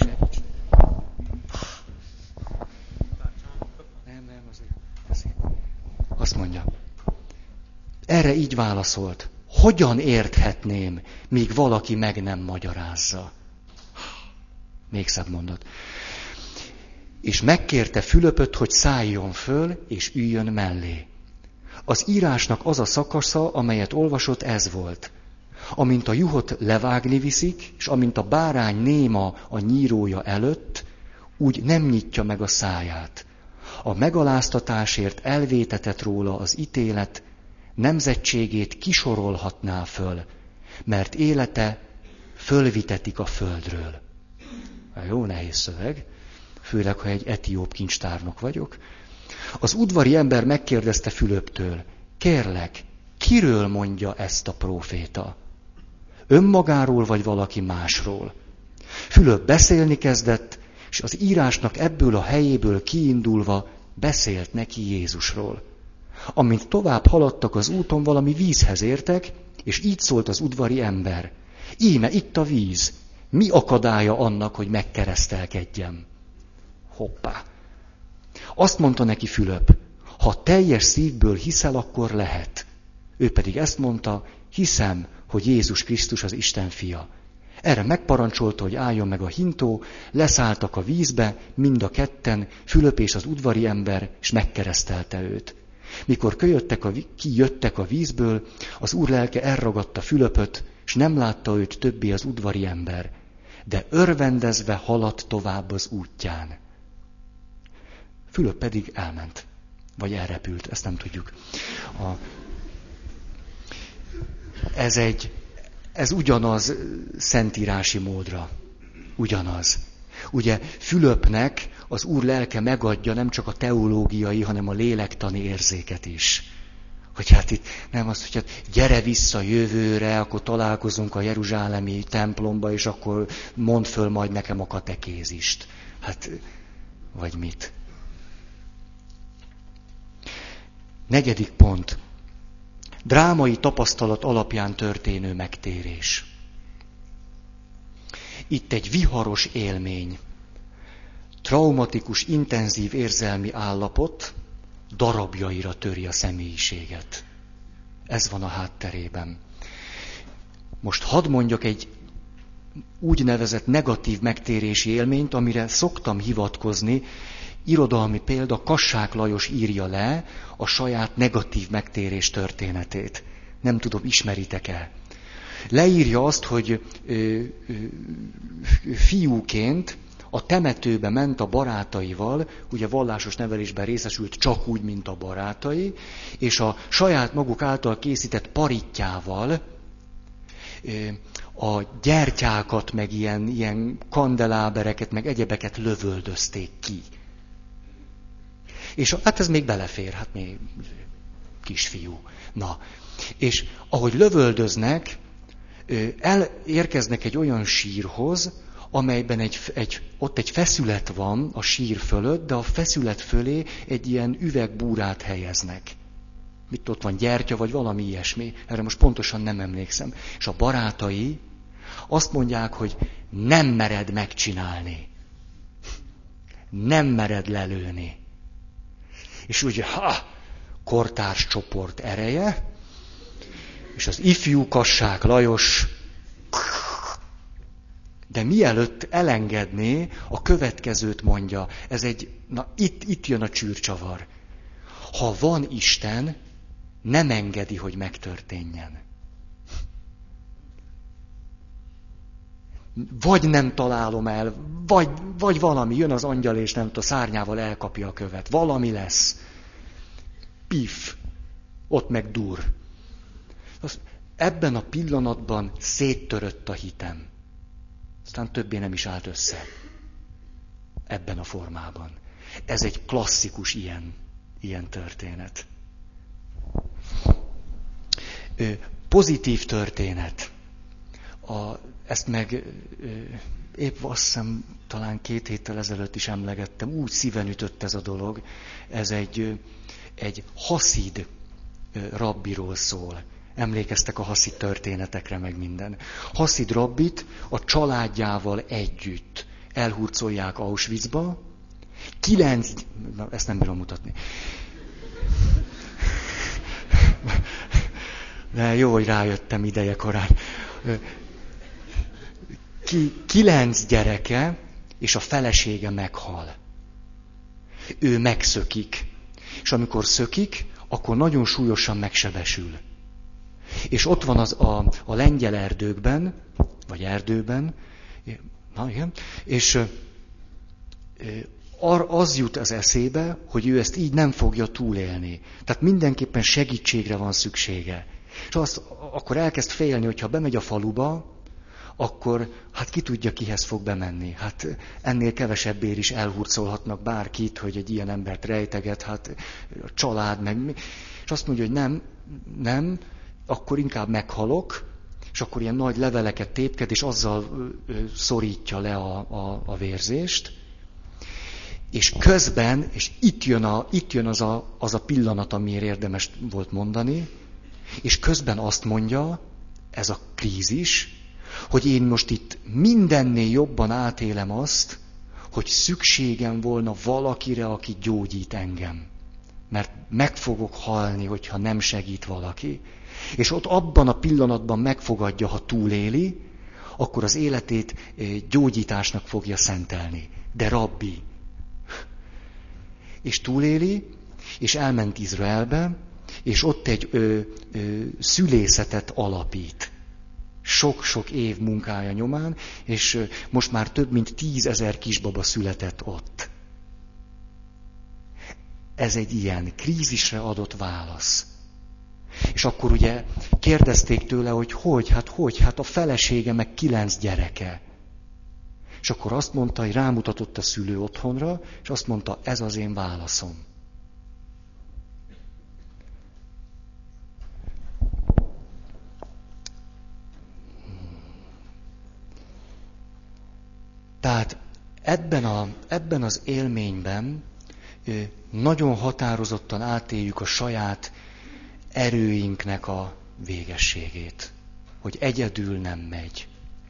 Speaker 1: Nem, nem, azért, azért. Azt mondja. Erre így válaszolt. Hogyan érthetném, míg valaki meg nem magyarázza? Még szebb mondat. És megkérte Fülöpöt, hogy szálljon föl, és üljön mellé. Az írásnak az a szakasza, amelyet olvasott, ez volt. Amint a juhot levágni viszik, és amint a bárány néma a nyírója előtt,
Speaker 2: úgy nem nyitja meg a száját. A megaláztatásért elvétetett róla az ítélet, nemzetségét kisorolhatná föl, mert élete fölvitetik a földről. Jó nehéz szöveg, főleg, ha egy etióp kincstárnok vagyok. Az udvari ember megkérdezte Fülöptől, kérlek, kiről mondja ezt a próféta? Önmagáról vagy valaki másról? Fülöp beszélni kezdett, és az írásnak ebből a helyéből kiindulva beszélt neki Jézusról. Amint tovább haladtak az úton, valami vízhez értek, és így szólt az udvari ember. Íme itt a víz, mi akadálya annak, hogy megkeresztelkedjem? Hoppá! Azt mondta neki Fülöp, ha teljes szívből hiszel, akkor lehet. Ő pedig ezt mondta, hiszem, hogy Jézus Krisztus az Isten fia. Erre megparancsolta, hogy álljon meg a hintó, leszálltak a vízbe, mind a ketten, Fülöp és az udvari ember, és megkeresztelte őt. Mikor kijöttek a, kijöttek a vízből, az Úr lelke elragadta Fülöpöt, és nem látta őt többé az udvari ember, de örvendezve haladt tovább az útján. Fülöp pedig elment, vagy elrepült, ezt nem tudjuk. A, ez egy, ez ugyanaz szentírási módra, ugyanaz. Ugye Fülöpnek az Úr lelke megadja nem csak a teológiai, hanem a lélektani érzéket is. Hogy hát itt nem az, hogy hát gyere vissza jövőre, akkor találkozunk a jeruzsálemi templomba, és akkor mondd föl majd nekem a katekézist. Hát, vagy mit? Negyedik pont. Drámai tapasztalat alapján történő megtérés. Itt egy viharos élmény, traumatikus, intenzív érzelmi állapot darabjaira töri a személyiséget. Ez van a hátterében. Most hadd mondjak egy úgynevezett negatív megtérési élményt, amire szoktam hivatkozni. Irodalmi példa, Kassák Lajos írja le a saját negatív megtérés történetét. Nem tudom, ismeritek-e? Leírja azt, hogy ö, ö, fiúként a temetőbe ment a barátaival, ugye vallásos nevelésben részesült csak úgy, mint a barátai, és a saját maguk által készített parittyával ö, a gyertyákat, meg ilyen, ilyen kandelábereket, meg egyebeket lövöldözték ki. És hát ez még belefér, hát még kisfiú. Na, és ahogy lövöldöznek, elérkeznek egy olyan sírhoz, amelyben egy, egy, ott egy feszület van a sír fölött, de a feszület fölé egy ilyen üvegbúrát helyeznek. Mit ott van, gyertya, vagy valami ilyesmi. Erre most pontosan nem emlékszem. És a barátai azt mondják, hogy nem mered megcsinálni. Nem mered lelőni. És úgy, ha, kortárs csoport ereje, és az ifjú Kassák Lajos, de mielőtt elengedné, a következőt mondja, ez egy, na itt, itt jön a csűrcsavar. Ha van Isten, nem engedi, hogy megtörténjen. Vagy nem találom el, vagy, vagy valami, jön az angyal, és nem tudom, szárnyával elkapja a követ. Valami lesz. Pif, ott meg dur. Ebben a pillanatban széttörött a hitem. Aztán többé nem is állt össze. Ebben a formában. Ez egy klasszikus ilyen, ilyen történet. Pozitív történet. A, ezt meg épp azt hiszem, talán két héttel ezelőtt is emlegettem, úgy szíven ütött ez a dolog. Ez egy, egy haszid rabbiról szól. Emlékeztek a haszid történetekre, meg minden. Haszid rabbit a családjával együtt elhurcolják Auschwitzba. Kilenc... Na, ezt nem bírom mutatni. De jó, hogy rájöttem ideje korán. Ki, kilenc gyereke, és a felesége meghal. Ő megszökik. És amikor szökik, akkor nagyon súlyosan megsebesül. És ott van az a, a lengyel erdőkben, vagy erdőben, na igen, és az jut az eszébe, hogy ő ezt így nem fogja túlélni. Tehát mindenképpen segítségre van szüksége. És azt, akkor elkezd félni, hogyha bemegy a faluba, akkor hát ki tudja, kihez fog bemenni. Hát ennél kevesebbért is elhurcolhatnak bárkit, hogy egy ilyen embert rejteget, hát a család meg... És azt mondja, hogy nem, nem, akkor inkább meghalok, és akkor ilyen nagy leveleket tépked, és azzal szorítja le a, a, a vérzést. És közben, és itt jön, a, itt jön az, a, az a pillanat, amiért érdemes volt mondani, és közben azt mondja, ez a krízis, hogy én most itt mindennél jobban átélem azt, hogy szükségem volna valakire, aki gyógyít engem. Mert meg fogok halni, hogyha nem segít valaki. És ott abban a pillanatban megfogadja, ha túléli, akkor az életét gyógyításnak fogja szentelni. De rabbi. És túléli, és elment Izraelbe, és ott egy ö, ö, szülészetet alapít. Sok-sok év munkája nyomán, és ö, most már több mint tízezer kisbaba született ott. Ez egy ilyen krízisre adott válasz. És akkor ugye kérdezték tőle, hogy hogy, hát hogy, hát a felesége meg kilenc gyereke. És akkor azt mondta, hogy rámutatott a szülő otthonra, és azt mondta, ez az én válaszom. Tehát ebben, a, ebben az élményben nagyon határozottan átéljük a saját erőinknek a végességét, hogy egyedül nem megy.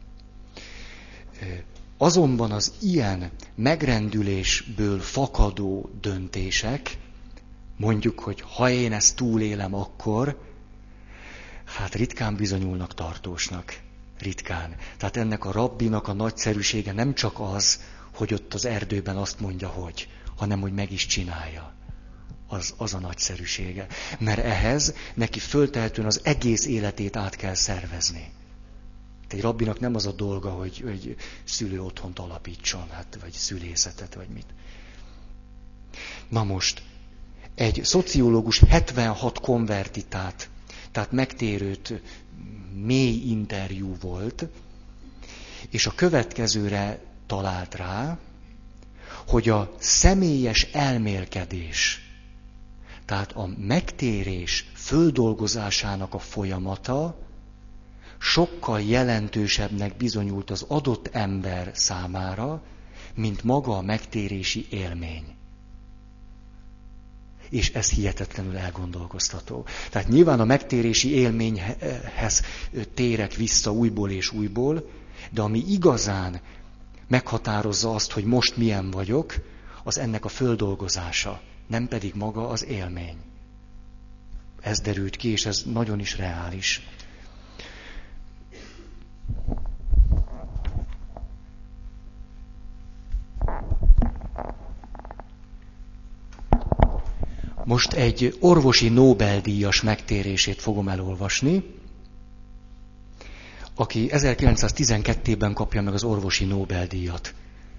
Speaker 2: Azonban az ilyen megrendülésből fakadó döntések, mondjuk, hogy ha én ezt túlélem, akkor, hát ritkán bizonyulnak tartósnak. Ritkán. Tehát ennek a rabbinak a nagyszerűsége nem csak az, hogy ott az erdőben azt mondja, hogy, hanem hogy meg is csinálja. Az, az a nagyszerűsége. Mert ehhez neki föltehetően az egész életét át kell szervezni. Egy rabbinak nem az a dolga, hogy, hogy szülő otthont alapítson, hát, vagy szülészetet, vagy mit. Na most, egy szociológus hetvenhat konvertitát, tehát megtérőt, mély interjú volt, és a következőre talált rá, hogy a személyes elmélkedés, tehát a megtérés földolgozásának a folyamata sokkal jelentősebbnek bizonyult az adott ember számára, mint maga a megtérési élmény. És ez hihetetlenül elgondolkoztató. Tehát nyilván a megtérési élményhez térek vissza újból és újból, de ami igazán meghatározza azt, hogy most milyen vagyok, az ennek a földolgozása, nem pedig maga az élmény. Ez derült ki, és ez nagyon is reális. Most egy orvosi Nobel-díjas megtérését fogom elolvasni, aki ezerkilencszáztizenkettőben kapja meg az orvosi Nobel-díjat.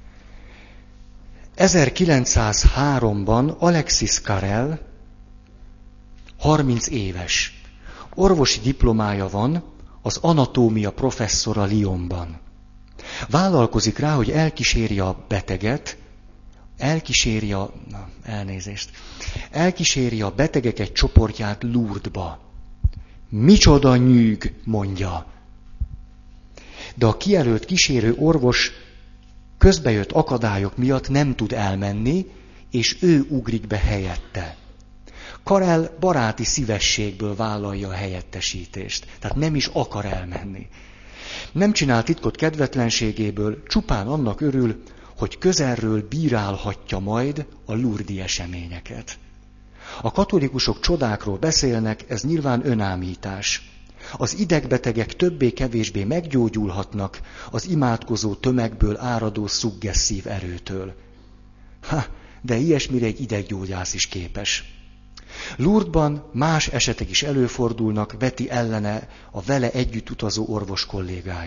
Speaker 2: ezerkilencszázháromban Alexis Carrel, harminc éves, orvosi diplomája van, az anatómia professzora Lyonban. Vállalkozik rá, hogy elkíséri a beteget, elkíséri a, na, elnézést, elkíséri a betegek egy csoportját Lourdesba. Micsoda nyűg, mondja. De a kijelölt kísérő orvos közbejött akadályok miatt nem tud elmenni, és ő ugrik be helyette. Carrel baráti szívességből vállalja a helyettesítést, tehát nem is akar elmenni. Nem csinál titkot kedvetlenségéből, csupán annak örül, hogy közelről bírálhatja majd a lourdesi eseményeket. A katolikusok csodákról beszélnek, ez nyilván önámítás. Az idegbetegek többé-kevésbé meggyógyulhatnak az imádkozó tömegből áradó szuggesszív erőtől. Ha, de ilyesmire egy ideggyógyász is képes. Lourdesban más esetek is előfordulnak, veti ellene a vele együtt utazó orvos kollégája.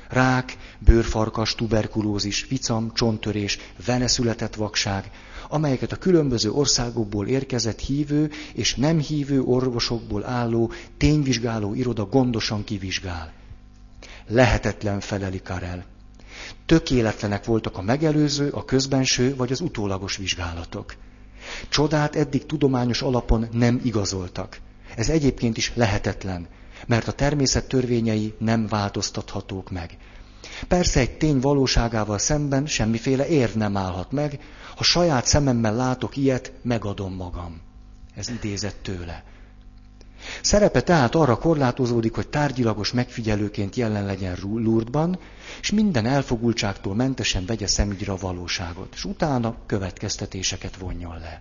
Speaker 2: Rák, bőrfarkas, tuberkulózis, vicam, csonttörés, veneszületett vakság, amelyeket a különböző országokból érkezett hívő és nem hívő orvosokból álló tényvizsgáló iroda gondosan kivizsgál. Lehetetlen, feleli Karel. Tökéletlenek voltak a megelőző, a közbenső vagy az utólagos vizsgálatok. Csodát eddig tudományos alapon nem igazoltak. Ez egyébként is lehetetlen, mert a természet törvényei nem változtathatók meg. Persze egy tény valóságával szemben semmiféle érv nem állhat meg, ha saját szememmel látok ilyet, megadom magam. Ez idézett tőle. Szerepe tehát arra korlátozódik, hogy tárgyilagos megfigyelőként jelen legyen Lourdesban, és minden elfogultságtól mentesen vegye szemügyre a valóságot, és utána következtetéseket vonjon le.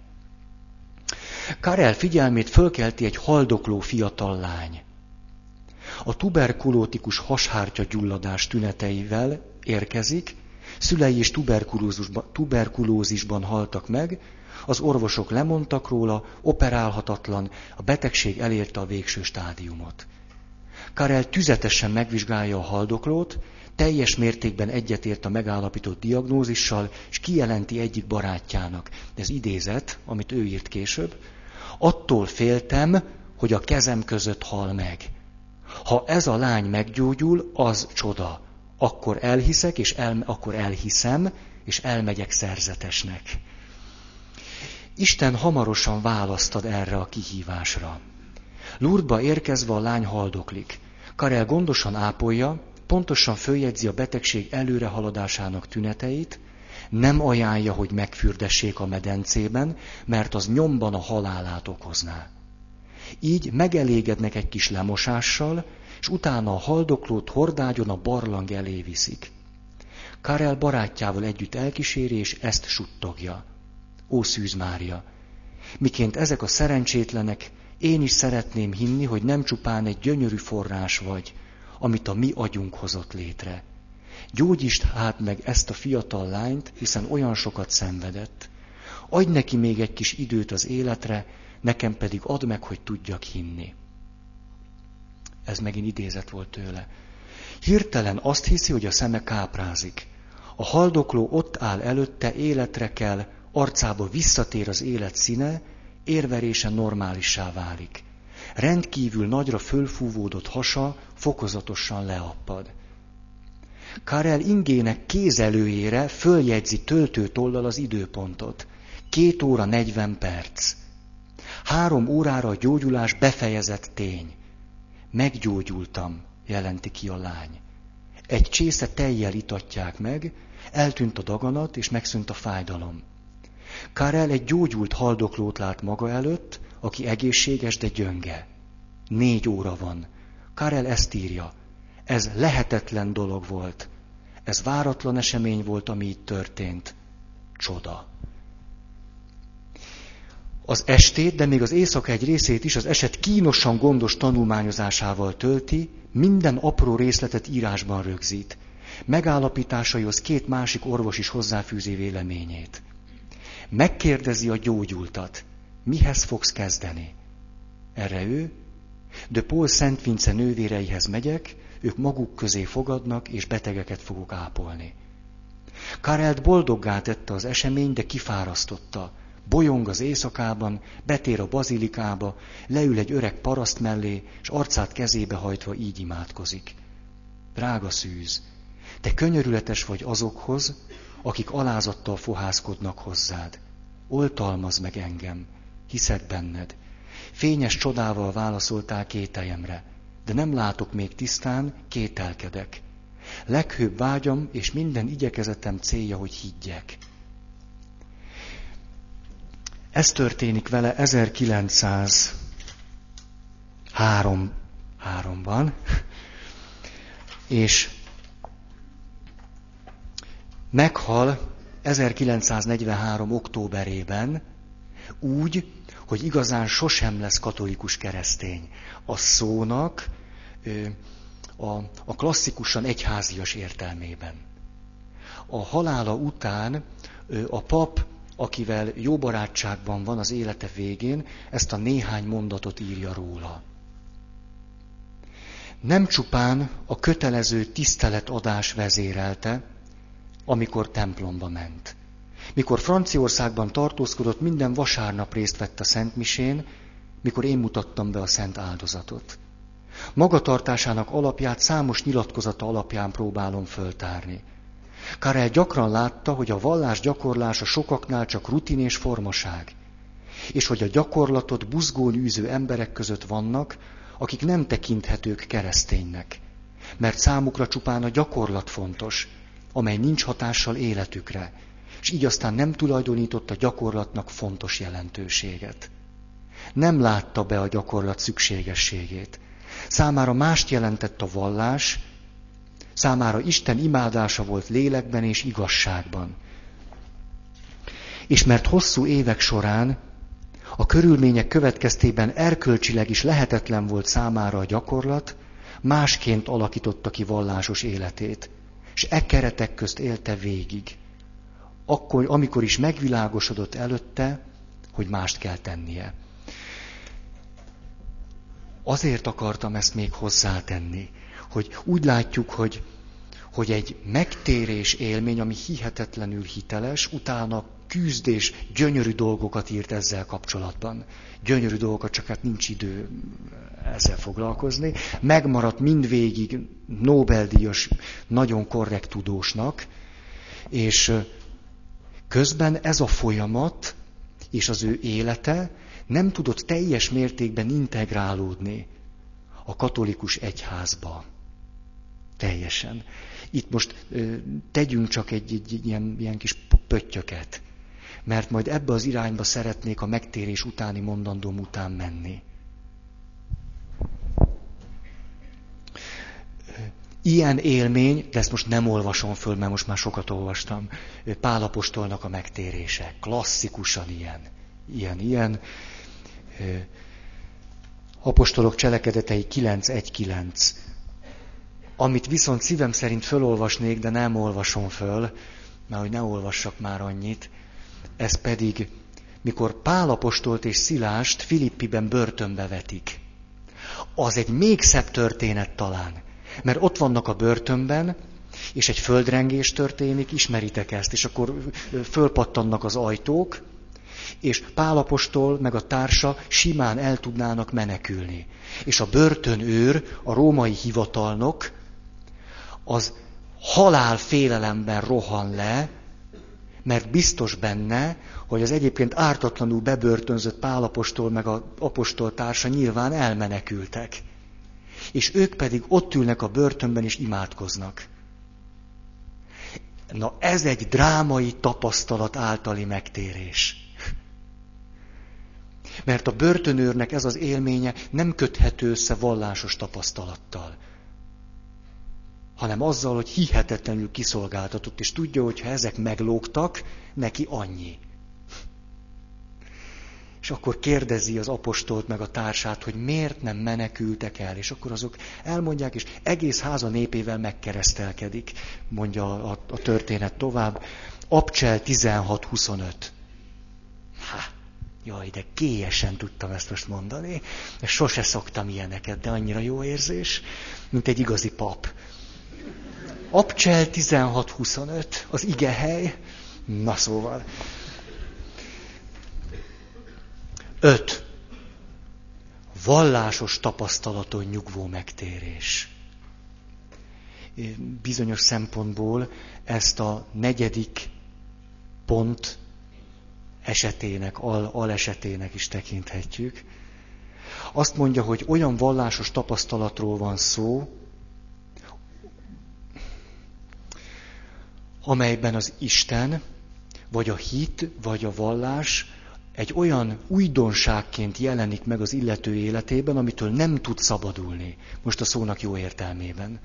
Speaker 2: Karel figyelmét fölkelti egy haldokló fiatal lány. A tuberkulótikus hashártya gyulladás tüneteivel érkezik, szülei is tuberkulózisban, tuberkulózisban haltak meg, az orvosok lemondtak róla, operálhatatlan, a betegség elérte a végső stádiumot. Karel tüzetesen megvizsgálja a haldoklót, teljes mértékben egyetért a megállapított diagnózissal, és kijelenti egyik barátjának. Ez idézet, amit ő írt később. Attól féltem, hogy a kezem között hal meg. Ha ez a lány meggyógyul, az csoda. Akkor elhiszek, és el, akkor elhiszem, és elmegyek szerzetesnek. Isten hamarosan választ ad erre a kihívásra. Lourdesba érkezve a lány haldoklik. Karel gondosan ápolja, pontosan följegyzi a betegség előrehaladásának tüneteit, nem ajánlja, hogy megfürdessék a medencében, mert az nyomban a halálát okozná. Így megelégednek egy kis lemosással, és utána a haldoklót hordágyon a barlang elé viszik. Karel barátjával együtt elkíséri, és ezt suttogja. Ó, Szűz Mária! Miként ezek a szerencsétlenek, én is szeretném hinni, hogy nem csupán egy gyönyörű forrás vagy, amit a mi agyunk hozott létre. Gyógyítsd hát meg ezt a fiatal lányt, hiszen olyan sokat szenvedett. Adj neki még egy kis időt az életre, nekem pedig add meg, hogy tudjak hinni. Ez megint idézet volt tőle. Hirtelen azt hiszi, hogy a szeme káprázik. A haldokló ott áll előtte, életre kell, arcába visszatér az élet színe, érverése normálissá válik. Rendkívül nagyra fölfúvódott hasa fokozatosan leappad. Karel ingének kézelőjére följegyzi töltőtollal az időpontot. Két óra negyven perc. Három órára a gyógyulás befejezett tény. Meggyógyultam, jelenti ki a lány. Egy csésze tejjel itatják meg, eltűnt a daganat, és megszűnt a fájdalom. Karel egy gyógyult haldoklót lát maga előtt, aki egészséges, de gyönge. Négy óra van. Karel ezt írja. Ez lehetetlen dolog volt. Ez váratlan esemény volt, ami itt történt. Csoda. Az estét, de még az éjszaka egy részét is az eset kínosan gondos tanulmányozásával tölti, minden apró részletet írásban rögzít. Megállapításaihoz két másik orvos is hozzáfűzi véleményét. Megkérdezi a gyógyultat, mihez fogsz kezdeni? Erre ő, de Paul Szent Vince nővéreihez megyek, ők maguk közé fogadnak, és betegeket fogok ápolni. Karelt boldoggá tette az esemény, de kifárasztotta. Bolyong az éjszakában, betér a bazilikába, leül egy öreg paraszt mellé, és arcát kezébe hajtva így imádkozik. Drága Szűz, te könyörületes vagy azokhoz, akik alázattal fohászkodnak hozzád. Oltalmazd meg engem, hiszek benned. Fényes csodával válaszoltál kételyemre, de nem látok még tisztán, kételkedek. Leghőbb vágyam és minden igyekezetem célja, hogy higgyek. Ez történik vele ezerkilencszázháromban, és meghal ezerkilencszáznegyvenhárom októberében úgy, hogy igazán sosem lesz katolikus keresztény. A szónak a, a klasszikusan egyházias értelmében. A halála után a pap, akivel jó barátságban van az élete végén, ezt a néhány mondatot írja róla. nem csupán a kötelező tiszteletadás vezérelte, amikor templomba ment. Mikor Franciaországban tartózkodott, minden vasárnap részt vett a szentmisén, mikor én mutattam be a szent áldozatot. Magatartásának alapját számos nyilatkozata alapján próbálom föltárni. Karel gyakran látta, hogy a vallás gyakorlása sokaknál csak rutin és formaság, és hogy a gyakorlatot buzgón űző emberek között vannak, akik nem tekinthetők kereszténynek, mert számukra csupán a gyakorlat fontos, amely nincs hatással életükre, és így aztán nem tulajdonított a gyakorlatnak fontos jelentőséget. Nem látta be a gyakorlat szükségességét. Számára mást jelentett a vallás, számára Isten imádása volt lélekben és igazságban. És mert hosszú évek során a körülmények következtében erkölcsileg is lehetetlen volt számára a gyakorlat, másként alakította ki vallásos életét, és e keretek közt élte végig. Akkor, amikor is megvilágosodott előtte, hogy mást kell tennie. Azért akartam ezt még hozzátenni, hogy úgy látjuk, hogy, hogy egy megtérés élmény, ami hihetetlenül hiteles, utána küzd és gyönyörű dolgokat írt ezzel kapcsolatban. Gyönyörű dolgokat, csak hát nincs idő ezzel foglalkozni. Megmaradt mindvégig Nobel-díjas, nagyon korrekt tudósnak, és közben ez a folyamat és az ő élete nem tudott teljes mértékben integrálódni a katolikus egyházba. Teljesen. Itt most tegyünk csak egy, egy, egy ilyen, ilyen kis pöttyöket, mert majd ebbe az irányba szeretnék a megtérés utáni mondandóm után menni. Ilyen élmény, de ezt most nem olvasom föl, mert most már sokat olvastam, Pál apostolnak a megtérése. Klasszikusan ilyen. Ilyen, ilyen. Apostolok cselekedetei kilenc egy kilenc. Amit viszont szívem szerint fölolvasnék, de nem olvasom föl, mert hogy ne olvassak már annyit, ez pedig, mikor Pál apostolt és Szilást Filippiben börtönbe vetik. Az egy még szebb történet talán, mert ott vannak a börtönben, és egy földrengés történik, ismeritek ezt, és akkor fölpattannak az ajtók, és Pál apostol meg a társa simán el tudnának menekülni. És a börtönőr, a római hivatalnok, az halálfélelemben rohan le, mert biztos benne, hogy az egyébként ártatlanul bebörtönzött Pál apostol meg az apostol társa nyilván elmenekültek. És ők pedig ott ülnek a börtönben és imádkoznak. Na ez egy drámai tapasztalat általi megtérés. Mert a börtönőrnek ez az élménye nem köthető össze vallásos tapasztalattal, hanem azzal, hogy hihetetlenül kiszolgáltatott, és tudja, hogy ha ezek meglógtak, neki annyi. És akkor kérdezi az apostolt meg a társát, hogy miért nem menekültek el, és akkor azok elmondják, és egész háza népével megkeresztelkedik, mondja a, a történet tovább. Abcsel tizenhat huszonöt. Ha, jaj, de kélyesen tudtam ezt most mondani. Sose szoktam ilyeneket, de annyira jó érzés, mint egy igazi pap. Abcsel tizenhat huszonöt, az igehely. Na szóval. öt. Vallásos tapasztalaton nyugvó megtérés. Bizonyos szempontból ezt a negyedik pont esetének, al, al esetének is tekinthetjük. Azt mondja, hogy olyan vallásos tapasztalatról van szó, amelyben az Isten, vagy a hit, vagy a vallás egy olyan újdonságként jelenik meg az illető életében, amitől nem tud szabadulni. Most a szónak jó értelmében.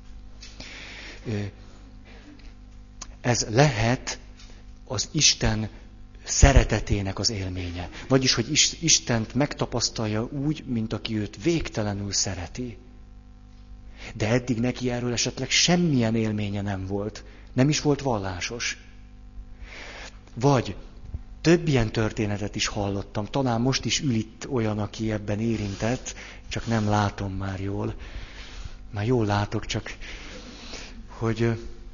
Speaker 2: Ez lehet az Isten szeretetének az élménye. Vagyis, hogy Istent megtapasztalja úgy, mint aki őt végtelenül szereti. De eddig neki erről esetleg semmilyen élménye nem volt. Nem is volt vallásos. Vagy több ilyen történetet is hallottam. Talán most is ül itt olyan, aki ebben érintett, csak nem látom már jól. Már jól látok, csak hogy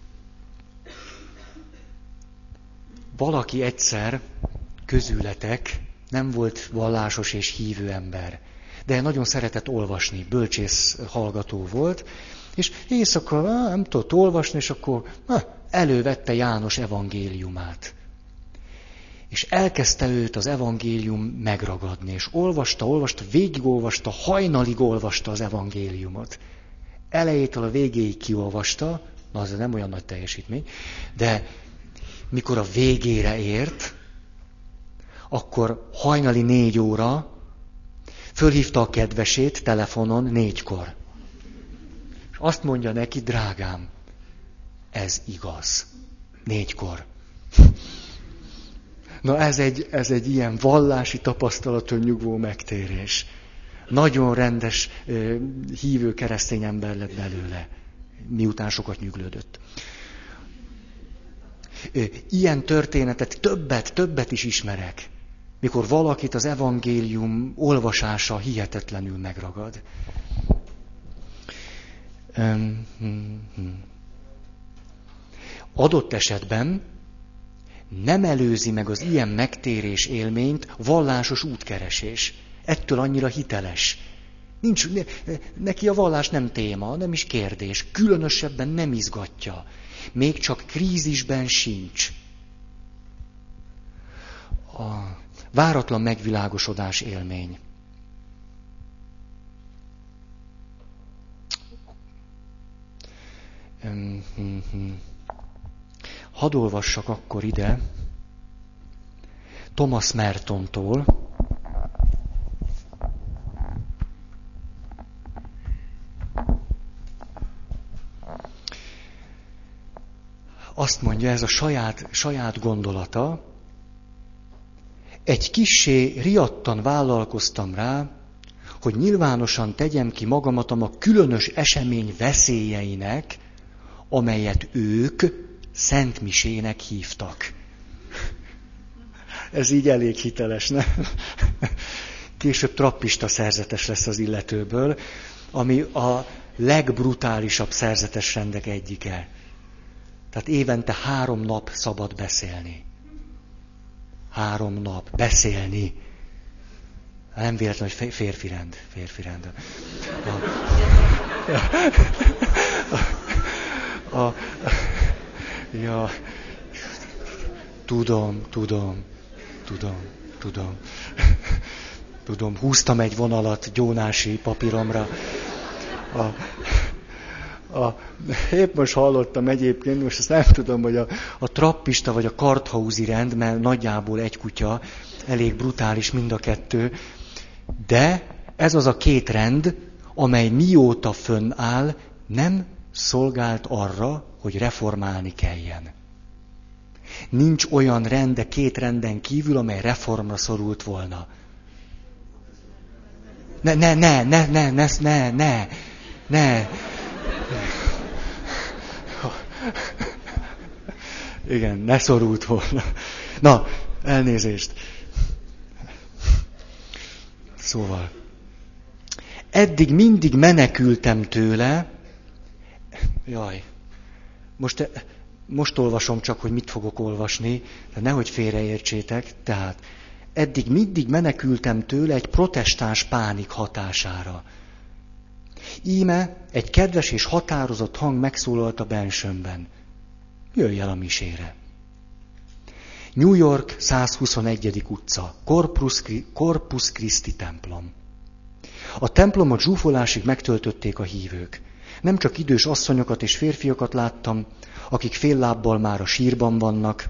Speaker 2: valaki egyszer közületek nem volt vallásos és hívő ember, de nagyon szeretett olvasni, bölcsész hallgató volt, és éjszaka nem tudott olvasni, és akkor elővette János evangéliumát. És elkezdte őt az evangélium megragadni, és olvasta, olvasta, végigolvasta, hajnalig olvasta az evangéliumot. Elejétől a végéig kiolvasta, na az nem olyan nagy teljesítmény, de mikor a végére ért, akkor hajnali négy óra fölhívta a kedvesét telefonon négykor. És azt mondja neki, drágám, ez igaz. Négykor. Na ez egy, ez egy ilyen vallási tapasztalaton nyugvó megtérés. Nagyon rendes, hívő keresztény ember lett belőle, miután sokat nyüglődött. Ilyen történetet többet, többet is ismerek, mikor valakit az evangélium olvasása hihetetlenül megragad. Adott esetben nem előzi meg az ilyen megtérés élményt vallásos útkeresés. Ettől annyira hiteles. Nincs, neki a vallás nem téma, nem is kérdés. Különösebben nem izgatja. Még csak krízisben sincs. A váratlan megvilágosodás élmény. Hadd olvassak akkor ide Thomas Mertontól. Azt mondja, ez a saját, saját gondolata. Egy kissé riadtan vállalkoztam rá, hogy nyilvánosan tegyem ki magamat a különös esemény veszélyeinek, amelyet ők szentmisének hívtak. Ez így elég hiteles, nem? Később trappista szerzetes lesz az illetőből, ami a legbrutálisabb szerzetes rendek egyike. Tehát évente három nap szabad beszélni. Három nap. Beszélni. Nem véletlen, hogy férfi rend. Férfi rend. A, a, a, ja, tudom, tudom, tudom, tudom. Tudom, húztam egy vonalat gyónási papíromra. A, A, épp most hallottam egyébként, most azt nem tudom, hogy a, a trappista vagy a karthauzi rend, mert nagyjából egy kutya, elég brutális mind a kettő, de ez az a két rend, amely mióta fönnáll, nem szolgált arra, hogy reformálni kelljen. Nincs olyan rend, de két renden kívül, amely reformra szorult volna. Ne, ne, ne, ne, ne, ne, ne, ne, ne. Igen, ne szorult volna. Na, elnézést. Szóval, eddig mindig menekültem tőle. Jaj, most, most olvasom csak, hogy mit fogok olvasni, de nehogy félreértsétek. Tehát, eddig mindig menekültem tőle egy protestáns pánik hatására. Íme egy kedves és határozott hang megszólalt a bensőmben. Jöjj el a misére. New York százhuszonegyedik utca, Corpus, Corpus Christi templom. A templomot zsúfolásig megtöltötték a hívők. Nem csak idős asszonyokat és férfiakat láttam, akik fél lábbal már a sírban vannak,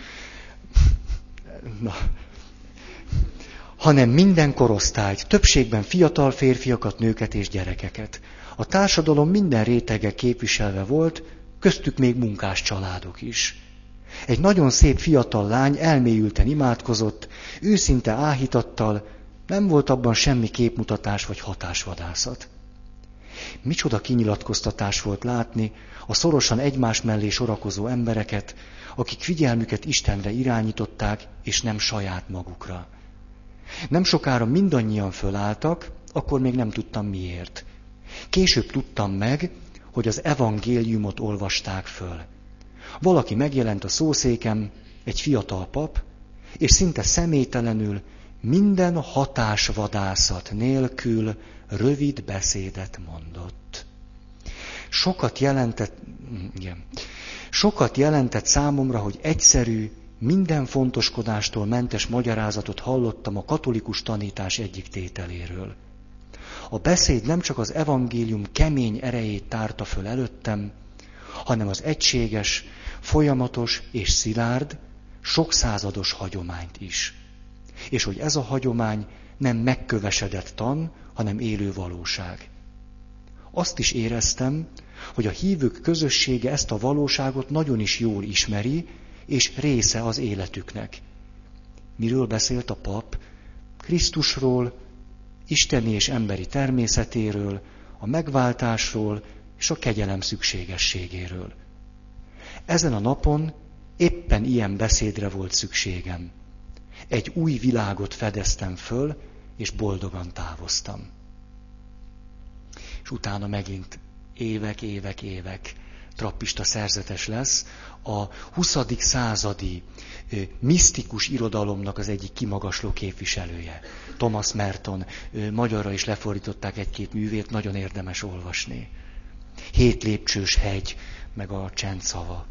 Speaker 2: na, hanem minden korosztályt, többségben fiatal férfiakat, nőket és gyerekeket. A társadalom minden rétege képviselve volt, köztük még munkás családok is. Egy nagyon szép fiatal lány elmélyülten imádkozott, őszinte áhítattal, nem volt abban semmi képmutatás vagy hatásvadászat. Micsoda kinyilatkoztatás volt látni a szorosan egymás mellé sorakozó embereket, akik figyelmüket Istenre irányították, és nem saját magukra. Nem sokára mindannyian fölálltak, akkor még nem tudtam miért. Később tudtam meg, hogy az evangéliumot olvasták föl. Valaki megjelent a szószékem, egy fiatal pap, és szinte személytelenül, minden hatásvadászat nélkül rövid beszédet mondott. Sokat jelentett, igen, sokat jelentett számomra, hogy egyszerű, minden fontoskodástól mentes magyarázatot hallottam a katolikus tanítás egyik tételéről. A beszéd nem csak az evangélium kemény erejét tárta föl előttem, hanem az egységes, folyamatos és szilárd, sokszázados hagyományt is. És hogy ez a hagyomány nem megkövesedett tan, hanem élő valóság. Azt is éreztem, hogy a hívők közössége ezt a valóságot nagyon is jól ismeri, és része az életüknek. Miről beszélt a pap? Krisztusról, isteni és emberi természetéről, a megváltásról és a kegyelem szükségességéről. Ezen a napon éppen ilyen beszédre volt szükségem. Egy új világot fedeztem föl, és boldogan távoztam. És utána megint évek, évek, évek trappista szerzetes lesz, a huszadik századi misztikus irodalomnak az egyik kimagasló képviselője. Thomas Merton, magyarra is lefordították egy-két művét, nagyon érdemes olvasni. Hét lépcsős hegy, meg a csendszava.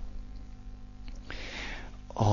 Speaker 2: A,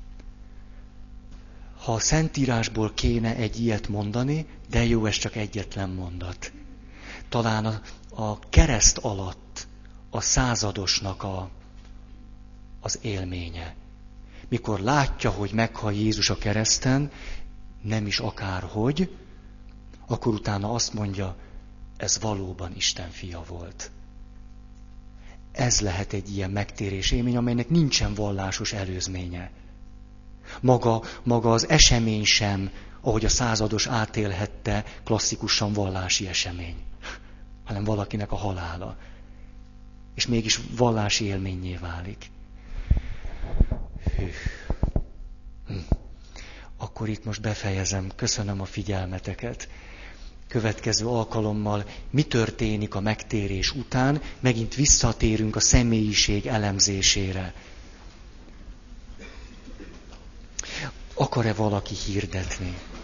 Speaker 2: ha a Szentírásból kéne egy ilyet mondani, de jó, ez csak egyetlen mondat. Talán a, a kereszt alatt a századosnak a, az élménye. Mikor látja, hogy meghal Jézus a kereszten, nem is akárhogy, akkor utána azt mondja, ez valóban Isten fia volt. Ez lehet egy ilyen megtérés élmény, amelynek nincsen vallásos előzménye. Maga, maga az esemény sem, ahogy a százados átélhette, klasszikusan vallási esemény, hanem valakinek a halála. És mégis vallási élménnyé válik. Hű. Hm. Akkor itt most befejezem. Köszönöm a figyelmeteket. Következő alkalommal mi történik a megtérés után, megint visszatérünk a személyiség elemzésére. Akar-e valaki hirdetni?